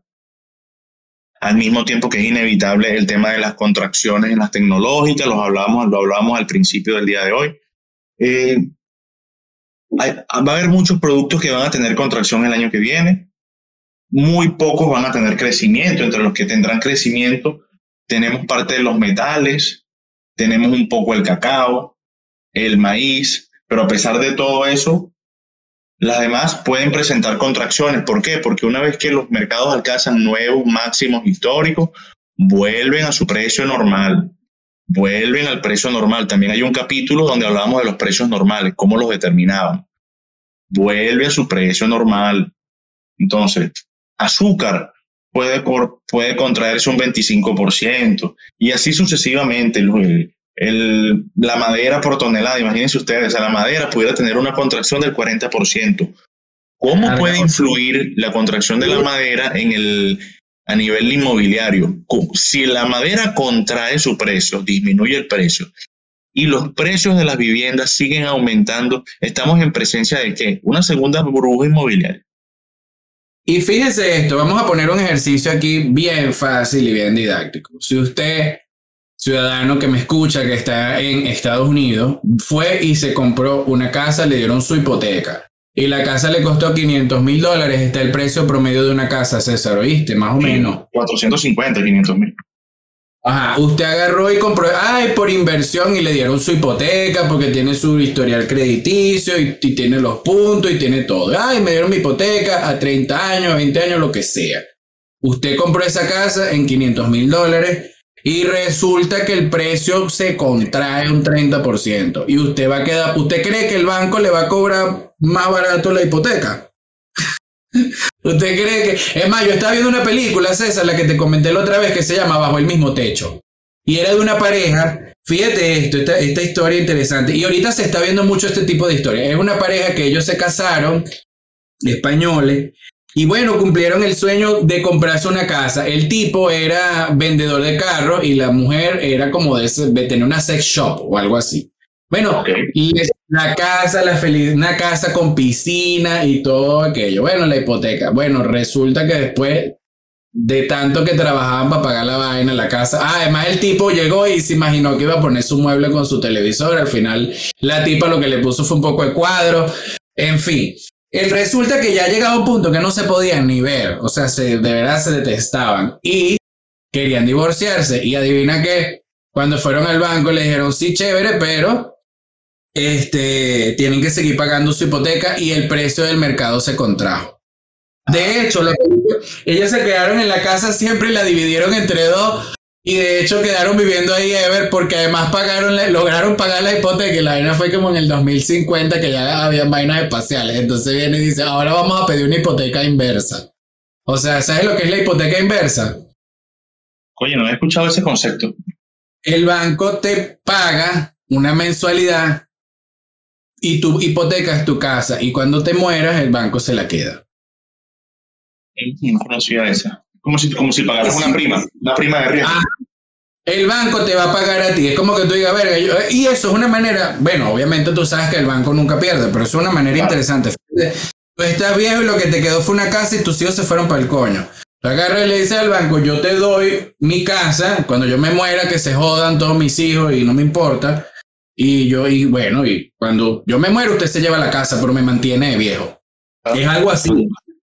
Al mismo tiempo que es inevitable el tema de las contracciones en las tecnológicas, lo hablamos, lo hablamos al principio del día de hoy. Eh, hay, va a haber muchos productos que van a tener contracción el año que viene, muy pocos van a tener crecimiento. Entre los que tendrán crecimiento tenemos parte de los metales, tenemos un poco el cacao, el maíz, pero a pesar de todo eso, las demás pueden presentar contracciones. ¿Por qué? Porque una vez que los mercados alcanzan nuevos máximos históricos, vuelven a su precio normal. Vuelven al precio normal. También hay un capítulo donde hablamos de los precios normales, cómo los determinaban. Vuelve a su precio normal. Entonces, azúcar puede, puede contraerse un veinticinco por ciento y así sucesivamente. El, el, la madera por tonelada, imagínense ustedes, o sea, la madera pudiera tener una contracción del cuarenta por ciento. ¿Cómo claro, puede influir la contracción de la madera en el... a nivel inmobiliario? Si la madera contrae su precio, disminuye el precio y los precios de las viviendas siguen aumentando, estamos en presencia de ¿qué? Una segunda burbuja inmobiliaria. Y fíjese esto, vamos a poner un ejercicio aquí bien fácil y bien didáctico. Si usted, ciudadano que me escucha, que está en Estados Unidos, fue y se compró una casa, le dieron su hipoteca y la casa le costó quinientos mil dólares, está el precio promedio de una casa, César, ¿oíste? Más o sí, menos. cuatrocientos cincuenta, quinientos mil. Ajá, usted agarró y compró, ay, por inversión y le dieron su hipoteca porque tiene su historial crediticio y, y tiene los puntos y tiene todo. Ay, me dieron mi hipoteca a treinta años, veinte años, lo que sea. Usted compró esa casa en quinientos mil dólares y resulta que el precio se contrae un treinta por ciento y usted va a quedar, ¿usted cree que el banco le va a cobrar más barato la hipoteca? ¿Usted cree que...? Es más, yo estaba viendo una película, César, la que te comenté la otra vez, que se llama Bajo el mismo techo. Y era de una pareja, fíjate esto, esta, esta historia interesante. Y ahorita se está viendo mucho este tipo de historia. Es una pareja que ellos se casaron, españoles, y bueno, cumplieron el sueño de comprarse una casa. El tipo era vendedor de carros y la mujer era como de, ese, de tener una sex shop o algo así. Bueno, okay. Y la casa, la feliz, una casa con piscina y todo aquello. Bueno, la hipoteca. Bueno, resulta que después de tanto que trabajaban para pagar la vaina, la casa. Ah, además el tipo llegó y se imaginó que iba a poner su mueble con su televisor. Al final la tipa lo que le puso fue un poco de cuadro. En fin. El resulta que ya llegaba a un punto que no se podían ni ver. O sea, se, de verdad se detestaban. Y querían divorciarse. Y adivina qué. Cuando fueron al banco le dijeron, sí, chévere, pero este, tienen que seguir pagando su hipoteca y el precio del mercado se contrajo. De hecho, la, ellas se quedaron en la casa siempre y la dividieron entre dos. Y de hecho quedaron viviendo ahí ever porque además pagaron, lograron pagar la hipoteca y la vaina fue como en el dos mil cincuenta que ya había vainas espaciales. Entonces viene y dice, ahora vamos a pedir una hipoteca inversa. O sea, ¿sabes lo que es la hipoteca inversa? Oye, no he escuchado ese concepto. El banco te paga una mensualidad y tú hipotecas tu casa y cuando te mueras el banco se la queda. No conocía esa. Como si, como si pagaras una prima, una prima de riesgo. Ah, el banco te va a pagar a ti. Es como que tú digas, verga, yo, y eso es una manera, bueno, obviamente tú sabes que el banco nunca pierde, pero es una manera claro. interesante. Tú estás viejo y lo que te quedó fue una casa y tus hijos se fueron para el coño. Tú agarras y le dices al banco, yo te doy mi casa, cuando yo me muera que se jodan todos mis hijos y no me importa. Y yo, y bueno, y cuando yo me muero usted se lleva la casa, pero me mantiene de viejo. Ah. Es algo así.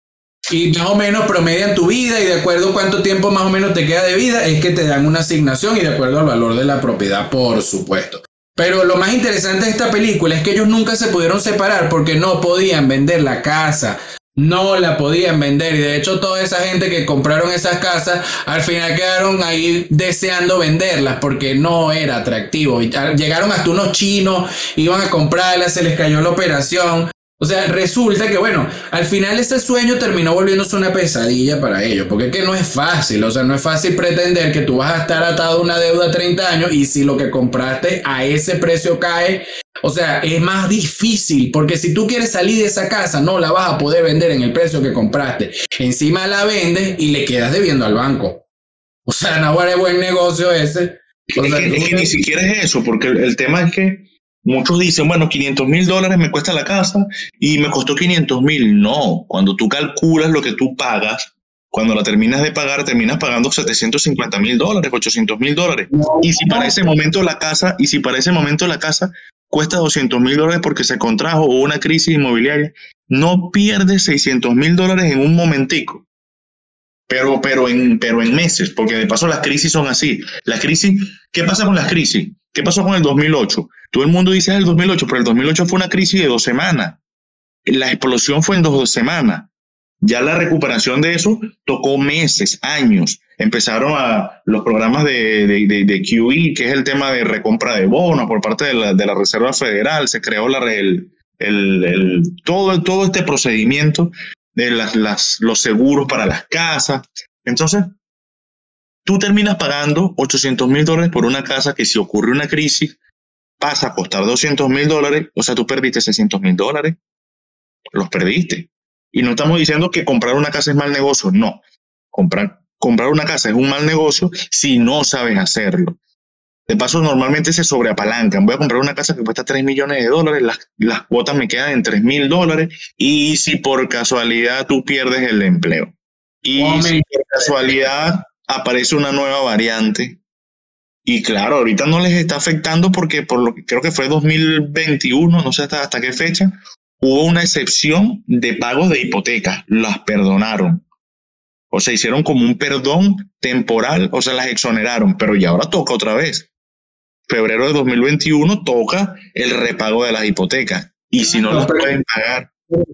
Y más o menos promedian tu vida y de acuerdo a cuánto tiempo más o menos te queda de vida, es que te dan una asignación y de acuerdo al valor de la propiedad, por supuesto. Pero lo más interesante de esta película es que ellos nunca se pudieron separar porque no podían vender la casa. No la podían vender y de hecho toda esa gente que compraron esas casas al final quedaron ahí deseando venderlas porque no era atractivo. Llegaron hasta unos chinos, iban a comprarlas, se les cayó la operación. O sea, resulta que bueno, al final ese sueño terminó volviéndose una pesadilla para ellos, porque es que no es fácil, o sea, no es fácil pretender que tú vas a estar atado a una deuda treinta años y si lo que compraste a ese precio cae, o sea, es más difícil, porque si tú quieres salir de esa casa, no la vas a poder vender en el precio que compraste, encima la vendes y le quedas debiendo al banco. O sea, no es buen negocio ese. O es, sea, que, es que ni siquiera es eso, porque el, el tema es que muchos dicen, bueno, quinientos mil dólares me cuesta la casa y me costó quinientos mil. No, cuando tú calculas lo que tú pagas, cuando la terminas de pagar, terminas pagando setecientos cincuenta mil dólares, ochocientos mil dólares. Y si para ese momento la casa, y si para ese momento la casa cuesta doscientos mil dólares porque se contrajo o una crisis inmobiliaria, no pierdes seiscientos mil dólares en un momentico. Pero, pero, en, pero en meses, porque de paso las crisis son así. La crisis, ¿qué pasa con las crisis? ¿Qué pasó con el dos mil ocho? Todo el mundo dice el dos mil ocho, pero el dos mil ocho fue una crisis de dos semanas. La explosión fue en dos, dos semanas. Ya la recuperación de eso tocó meses, años. Empezaron a los programas de, de, de, de Q E, que es el tema de recompra de bonos por parte de la, de la Reserva Federal. Se creó la, el, el, el, todo, todo este procedimiento de las, las, los seguros para las casas. Entonces, tú terminas pagando ochocientos mil dólares por una casa que si ocurre una crisis pasa a costar doscientos mil dólares, o sea, tú perdiste seiscientos mil dólares, los perdiste. Y no estamos diciendo que comprar una casa es mal negocio, no. Comprar, comprar una casa es un mal negocio si no sabes hacerlo. De paso, normalmente se sobreapalancan. Voy a comprar una casa que cuesta tres millones de dólares, las, las cuotas me quedan en tres mil dólares, y si por casualidad tú pierdes el empleo, y oh, si por casualidad aparece una nueva variante, y claro, ahorita no les está afectando porque por lo que creo que fue dos mil veintiuno, no sé hasta, hasta qué fecha, hubo una excepción de pagos de hipotecas, las perdonaron. O sea, hicieron como un perdón temporal, o sea, las exoneraron, pero ya ahora toca otra vez. Febrero de dos mil veintiuno toca el repago de las hipotecas. Y si no, no las pueden pagar.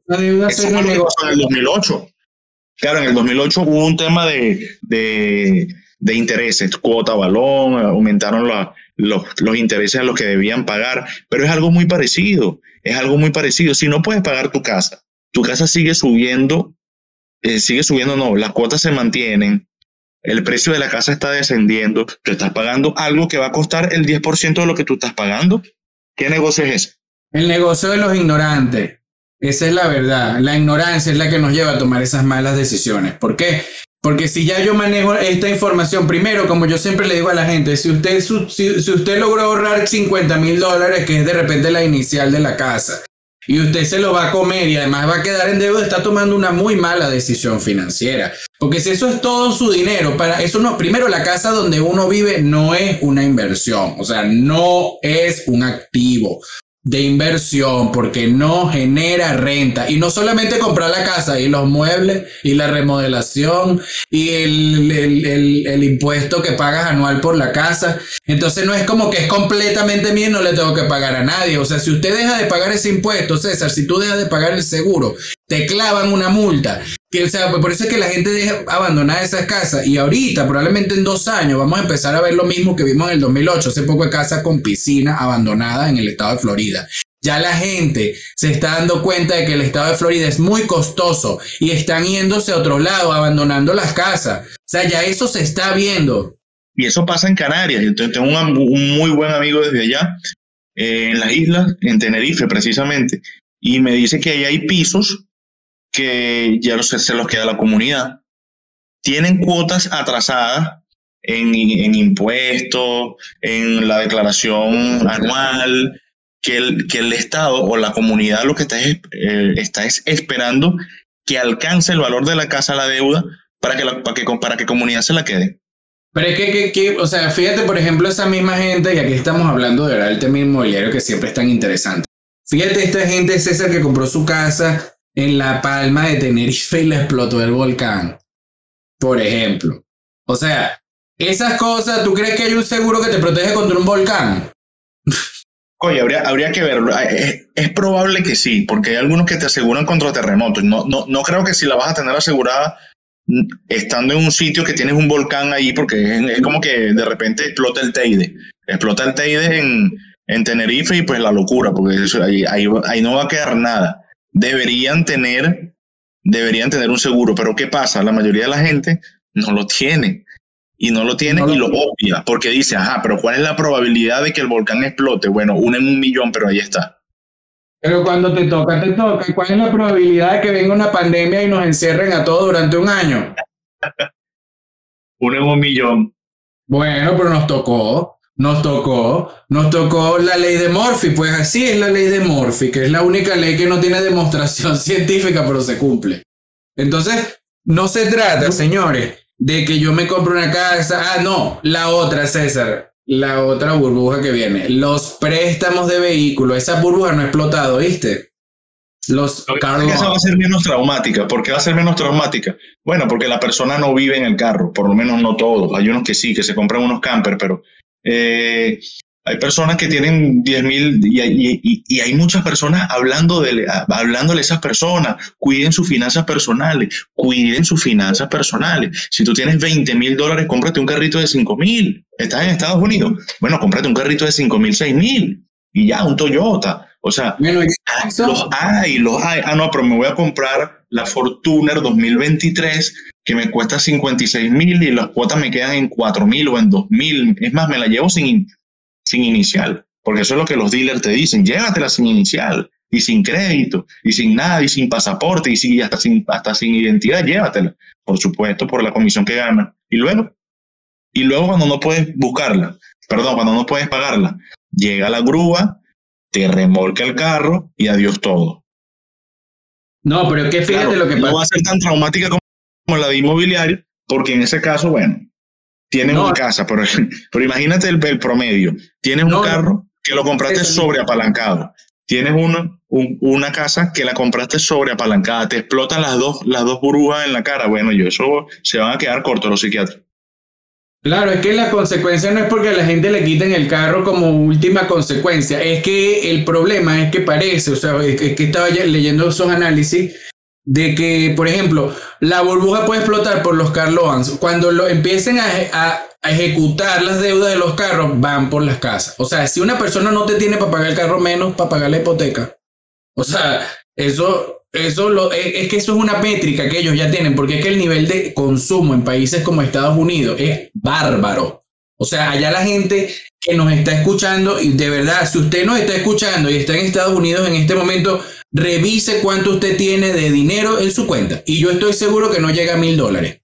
Eso fue lo que pasó en el dos mil ocho. Claro, en el dos mil ocho hubo un tema de, de, de intereses, cuota balón, aumentaron la, los, los intereses a los que debían pagar, pero es algo muy parecido, es algo muy parecido. Si no puedes pagar tu casa, tu casa sigue subiendo, eh, sigue subiendo, no, las cuotas se mantienen, el precio de la casa está descendiendo, tú estás pagando algo que va a costar el diez por ciento de lo que tú estás pagando. ¿Qué negocio es ese? El negocio de los ignorantes. Esa es la verdad. La ignorancia es la que nos lleva a tomar esas malas decisiones. ¿Por qué? Porque si ya yo manejo esta información, primero, como yo siempre le digo a la gente, si usted, si, si usted logró ahorrar cincuenta mil dólares, que es de repente la inicial de la casa, y usted se lo va a comer y además va a quedar en deuda, está tomando una muy mala decisión financiera. Porque si eso es todo su dinero, para eso no, primero la casa donde uno vive no es una inversión, o sea, no es un activo de inversión porque no genera renta. Y no solamente comprar la casa y los muebles y la remodelación y el, el, el, el impuesto que pagas anual por la casa. Entonces no es como que es completamente mío y no le tengo que pagar a nadie. O sea, si usted deja de pagar ese impuesto, César, si tú dejas de pagar el seguro, te clavan una multa. Que, o sea, por eso es que la gente deja abandonar esas casas. Y ahorita, probablemente en dos años, vamos a empezar a ver lo mismo que vimos en el dos mil ocho. Hace poco de casas con piscina abandonadas en el estado de Florida. Ya la gente se está dando cuenta de que el estado de Florida es muy costoso y están yéndose a otro lado, abandonando las casas. O sea, ya eso se está viendo. Y eso pasa en Canarias. Yo tengo un, un muy buen amigo desde allá, eh, en las islas, en Tenerife precisamente. Y me dice que ahí hay pisos que ya los, se los queda la comunidad. Tienen cuotas atrasadas en, en impuestos, en la declaración anual, que el, que el Estado o la comunidad lo que está es, eh, está es esperando que alcance el valor de la casa, la deuda, para que la para que, para que comunidad se la quede. Pero es que, que, que, o sea, fíjate, por ejemplo, esa misma gente, y aquí estamos hablando de verdad del tema inmobiliario que siempre es tan interesante. Fíjate esta gente, César, que compró su casa en La Palma de Tenerife y le explotó el volcán, por ejemplo. O sea, esas cosas, ¿tú crees que hay un seguro que te protege contra un volcán? Oye, habría, habría que verlo. Es, es probable que sí, porque hay algunos que te aseguran contra terremotos. No, no, no creo que si la vas a tener asegurada estando en un sitio que tienes un volcán ahí, porque es, es como que de repente explota el Teide. Explota el Teide en, en Tenerife y pues la locura, porque eso, ahí, ahí, ahí no va a quedar nada. Deberían tener, deberían tener un seguro, pero ¿qué pasa? La mayoría de la gente no lo tiene. Y no lo tiene no lo y lo obvia, porque dice, ajá, pero ¿cuál es la probabilidad de que el volcán explote? Bueno, uno en un millón, pero ahí está. Pero cuando te toca, te toca. ¿Cuál es la probabilidad de que venga una pandemia y nos encierren a todos durante un año? Uno en un millón. Bueno, pero nos tocó, nos tocó, nos tocó la ley de Murphy. Pues así es la ley de Murphy, que es la única ley que no tiene demostración científica, pero se cumple. Entonces, no se trata, señores, de que yo me compre una casa. Ah, no, la otra, César. La otra burbuja que viene. Los préstamos de vehículos. Esa burbuja no ha explotado, ¿viste? Los carros. Esa va a ser menos traumática. ¿Por qué va a ser menos traumática? Bueno, porque la persona no vive en el carro. Por lo menos no todos. Hay unos que sí, que se compran unos campers, pero eh, hay personas que tienen diez mil y, y, y, y hay muchas personas hablando de, hablándole a esas personas. Cuiden sus finanzas personales. Cuiden sus finanzas personales. Si tú tienes veinte mil dólares, cómprate un carrito de cinco mil. Estás en Estados Unidos. Bueno, cómprate un carrito de cinco mil, seis mil. Y ya, un Toyota. O sea, bueno, los hay, los hay. Ah, no, pero me voy a comprar la Fortuner dos mil veintitrés que me cuesta cincuenta y seis mil y las cuotas me quedan en cuatro mil o en dos mil. Es más, me la llevo sin, sin inicial, porque eso es lo que los dealers te dicen. Llévatela sin inicial y sin crédito y sin nada y sin pasaporte y, sin, y hasta, sin, hasta sin identidad, llévatela. Por supuesto, por la comisión que gana. Y luego, y luego cuando no puedes buscarla, perdón, cuando no puedes pagarla, llega la grúa, te remolca el carro y adiós todo. No, pero es que fíjate claro, lo que no pasa. No va a ser tan traumática como, como la de inmobiliario, porque en ese caso, bueno, tienes no. una casa, pero, pero imagínate el, el promedio. Tienes no, un carro que lo compraste eso, sobreapalancado. Tienes una, un, una casa que la compraste sobreapalancada. Te explotan las dos, las dos burbujas en la cara. Bueno, yo eso se van a quedar cortos los psiquiatras. Claro, es que la consecuencia no es porque a la gente le quiten el carro como última consecuencia, es que el problema es que parece, o sea, es que estaba leyendo esos análisis de que, por ejemplo, la burbuja puede explotar por los car loans. Cuando lo empiecen a, a, a ejecutar las deudas de los carros, van por las casas. O sea, si una persona no te tiene para pagar el carro, menos para pagar la hipoteca. O sea, eso... Eso lo, es, es que eso es una métrica que ellos ya tienen, porque es que el nivel de consumo en países como Estados Unidos es bárbaro. O sea, allá la gente que nos está escuchando, y de verdad, si usted nos está escuchando y está en Estados Unidos en este momento, revise cuánto usted tiene de dinero en su cuenta. Y yo estoy seguro que no llega a mil dólares.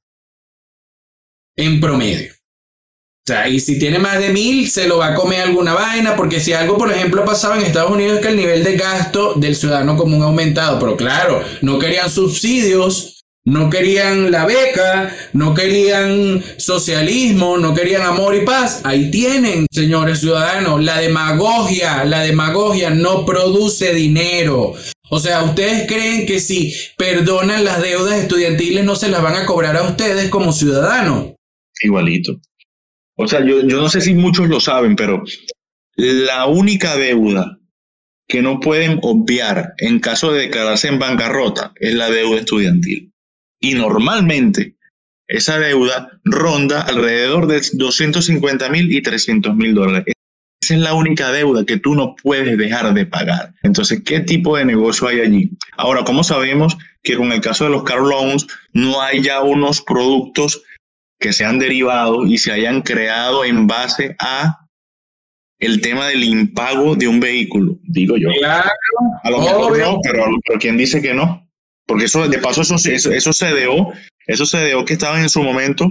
En promedio. O sea, y si tiene más de mil, se lo va a comer alguna vaina, porque si algo, por ejemplo, pasaba en Estados Unidos es que el nivel de gasto del ciudadano común ha aumentado, pero claro, no querían subsidios, no querían la beca, no querían socialismo, no querían amor y paz. Ahí tienen, señores ciudadanos, la demagogia, la demagogia no produce dinero. O sea, ¿ustedes creen que si perdonan las deudas estudiantiles no se las van a cobrar a ustedes como ciudadanos? Igualito. O sea, yo, yo no sé si muchos lo saben, pero la única deuda que no pueden obviar en caso de declararse en bancarrota es la deuda estudiantil. Y normalmente esa deuda ronda alrededor de doscientos cincuenta mil y trescientos mil dólares. Esa es la única deuda que tú no puedes dejar de pagar. Entonces, ¿qué tipo de negocio hay allí? Ahora, ¿cómo sabemos que con el caso de los car loans no hay ya unos productos que se han derivado y se hayan creado en base a el tema del impago de un vehículo? Digo yo. Claro, a lo mejor obvio. no, pero, pero ¿quién dice que no? Porque eso, de paso, eso, eso, eso se deó, eso se deó que estaban en su momento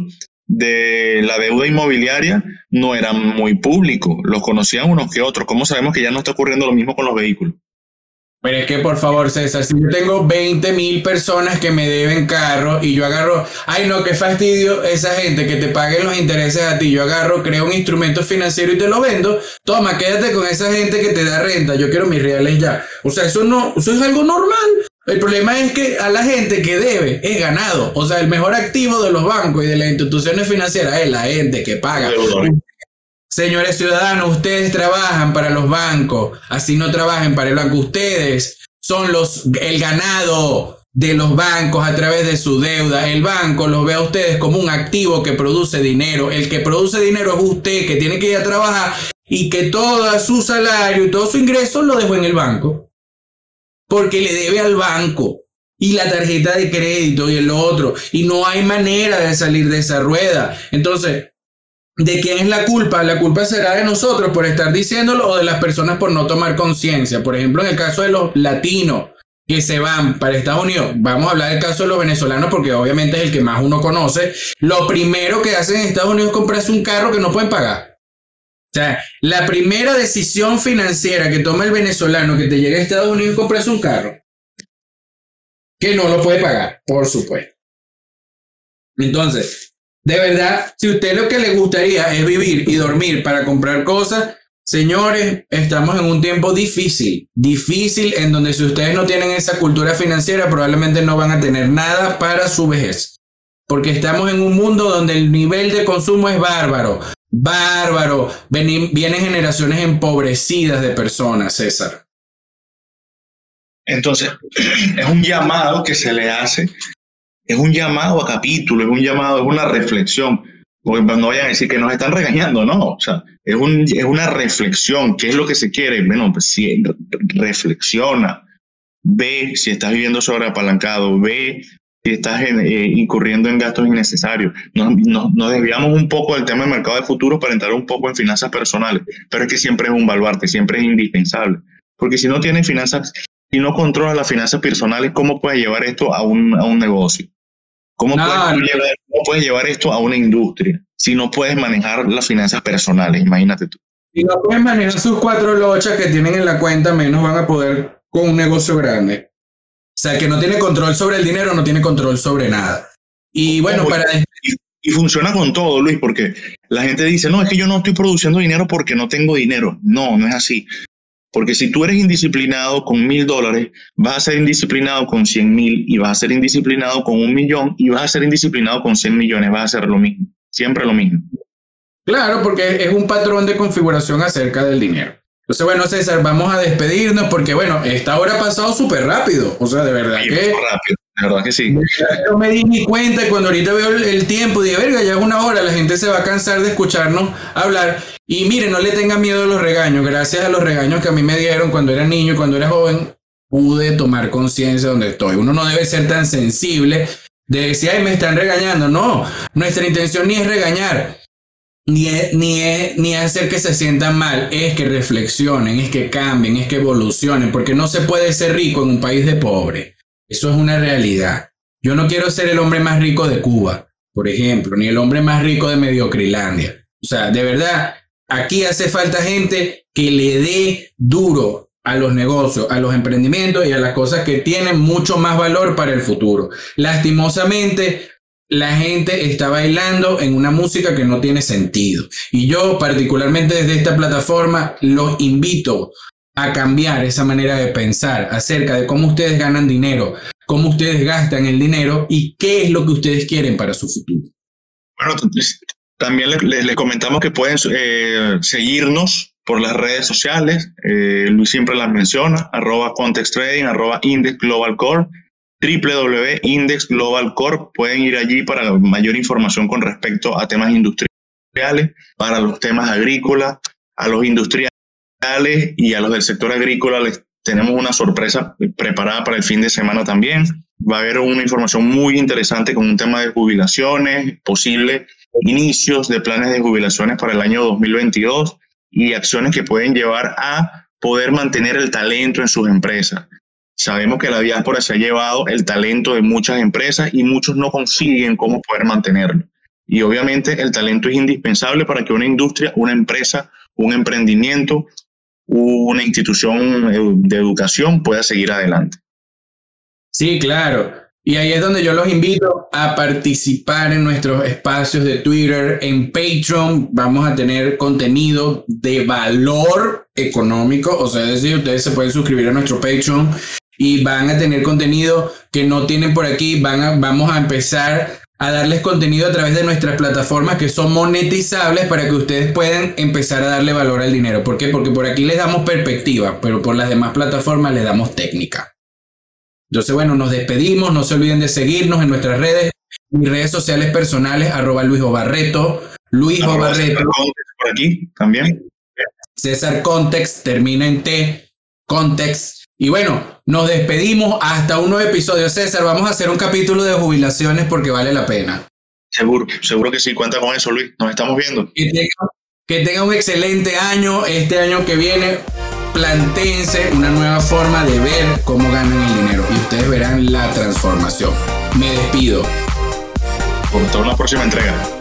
de la deuda inmobiliaria no eran muy públicos, los conocían unos que otros. ¿Cómo sabemos que ya no está ocurriendo lo mismo con los vehículos? Pero es que, por favor, César, si yo tengo veinte mil personas que me deben carro y yo agarro, ay no, qué fastidio esa gente que te paguen los intereses a ti, yo agarro, creo un instrumento financiero y te lo vendo, toma, quédate con esa gente que te da renta, yo quiero mis reales ya. O sea, eso no, eso es algo normal. El problema es que a la gente que debe es ganado. O sea, el mejor activo de los bancos y de las instituciones financieras es la gente que paga. Señores ciudadanos, ustedes trabajan para los bancos, así no trabajen para el banco. Ustedes son los, el ganado de los bancos a través de su deuda. El banco los ve a ustedes como un activo que produce dinero. El que produce dinero es usted, que tiene que ir a trabajar y que todo su salario y todo su ingreso lo dejó en el banco. Porque le debe al banco. Y la tarjeta de crédito y el otro. Y no hay manera de salir de esa rueda. Entonces, ¿de quién es la culpa? La culpa será de nosotros por estar diciéndolo o de las personas por no tomar conciencia. Por ejemplo, en el caso de los latinos que se van para Estados Unidos, vamos a hablar del caso de los venezolanos porque obviamente es el que más uno conoce. Lo primero que hacen en Estados Unidos es comprarse un carro que no pueden pagar. O sea, la primera decisión financiera que toma el venezolano que te llega a Estados Unidos es comprarse un carro que no lo puede pagar, por supuesto. Entonces, de verdad, si usted lo que le gustaría es vivir y dormir para comprar cosas, señores, estamos en un tiempo difícil, difícil en donde si ustedes no tienen esa cultura financiera, probablemente no van a tener nada para su vejez. Porque estamos en un mundo donde el nivel de consumo es bárbaro, bárbaro. Ven, vienen generaciones empobrecidas de personas, César. Entonces, es un llamado que se le hace. Es un llamado a capítulo, es un llamado, es una reflexión. Porque no vayan a decir que nos están regañando, no. O sea, es, un, es una reflexión. ¿Qué es lo que se quiere? Bueno, pues si reflexiona, ve si estás viviendo sobreapalancado, ve si estás en, eh, incurriendo en gastos innecesarios. Nos, nos, nos desviamos un poco del tema del mercado de futuros para entrar un poco en finanzas personales. Pero es que siempre es un baluarte, siempre es indispensable. Porque si no tienes finanzas, si no controlas las finanzas personales, ¿cómo puedes llevar esto a un, a un negocio? ¿Cómo, no, puedes no. Llevar, ¿Cómo puedes llevar esto a una industria si no puedes manejar las finanzas personales? Imagínate tú. Si no puedes manejar sus cuatro lochas que tienen en la cuenta, menos van a poder con un negocio grande. O sea, que no tiene control sobre el dinero, no tiene control sobre nada. Y bueno, ¿Cómo? para... Y, y funciona con todo, Luis, porque la gente dice, no, es que yo no estoy produciendo dinero porque no tengo dinero. No, no es así. Porque si tú eres indisciplinado con mil dólares, vas a ser indisciplinado con cien mil y vas a ser indisciplinado con un millón y vas a ser indisciplinado con cien millones. Vas a hacer lo mismo, siempre lo mismo. Claro, porque es un patrón de configuración acerca del dinero. Entonces, bueno, César, vamos a despedirnos porque, bueno, esta hora ha pasado súper rápido. O sea, de verdad sí, que... rápido, de verdad que sí. Yo me di ni cuenta y cuando ahorita veo el, el tiempo, dije, verga, ya es una hora, la gente se va a cansar de escucharnos hablar. Y mire, no le tengan miedo a los regaños. Gracias a los regaños que a mí me dieron cuando era niño y cuando era joven, pude tomar conciencia de donde estoy. Uno no debe ser tan sensible de decir, ay, me están regañando. No, nuestra intención ni es regañar, ni es, ni es, ni es hacer que se sientan mal. Es que reflexionen, es que cambien, es que evolucionen, porque no se puede ser rico en un país de pobres. Eso es una realidad. Yo no quiero ser el hombre más rico de Cuba, por ejemplo, ni el hombre más rico de Mediocrilandia. O sea, de verdad... Aquí hace falta gente que le dé duro a los negocios, a los emprendimientos y a las cosas que tienen mucho más valor para el futuro. Lastimosamente, la gente está bailando en una música que no tiene sentido. Y yo, particularmente desde esta plataforma, los invito a cambiar esa manera de pensar acerca de cómo ustedes ganan dinero, cómo ustedes gastan el dinero y qué es lo que ustedes quieren para su futuro. Bueno, entonces... También les, les, les comentamos que pueden eh, seguirnos por las redes sociales. Eh, Luis siempre las menciona, arroba Context Trading, arroba Index Global Corp, doble u doble u doble u punto index global corp. Pueden ir allí para mayor información con respecto a temas industriales, para los temas agrícolas, a los industriales y a los del sector agrícola. Les tenemos una sorpresa preparada para el fin de semana también. Va a haber una información muy interesante con un tema de jubilaciones, posible inicios de planes de jubilaciones para el año dos mil veintidós y acciones que pueden llevar a poder mantener el talento en sus empresas. Sabemos que la diáspora se ha llevado el talento de muchas empresas y muchos no consiguen cómo poder mantenerlo. Y obviamente el talento es indispensable para que una industria, una empresa, un emprendimiento, una institución de educación pueda seguir adelante. Sí, claro. Y ahí es donde yo los invito a participar en nuestros espacios de Twitter, en Patreon. Vamos a tener contenido de valor económico, o sea, es decir, ustedes se pueden suscribir a nuestro Patreon y van a tener contenido que no tienen por aquí. Van a, vamos a empezar a darles contenido a través de nuestras plataformas que son monetizables para que ustedes puedan empezar a darle valor al dinero. ¿Por qué? Porque por aquí les damos perspectiva, pero por las demás plataformas les damos técnica. Entonces, bueno, nos despedimos. No se olviden de seguirnos en nuestras redes, mis redes sociales personales, arroba Luis Barreto, Luis Barreto. Por aquí también. César Context, termina en T, Context. Y bueno, nos despedimos hasta un nuevo episodio. César, vamos a hacer un capítulo de jubilaciones porque vale la pena. Seguro, seguro que sí. Cuenta con eso, Luis. Nos estamos viendo. Que tenga, que tenga un excelente año. Este año que viene, plantéense una nueva forma de ver cómo ganan el dinero y ustedes verán la transformación. Me despido. Por toda la próxima entrega.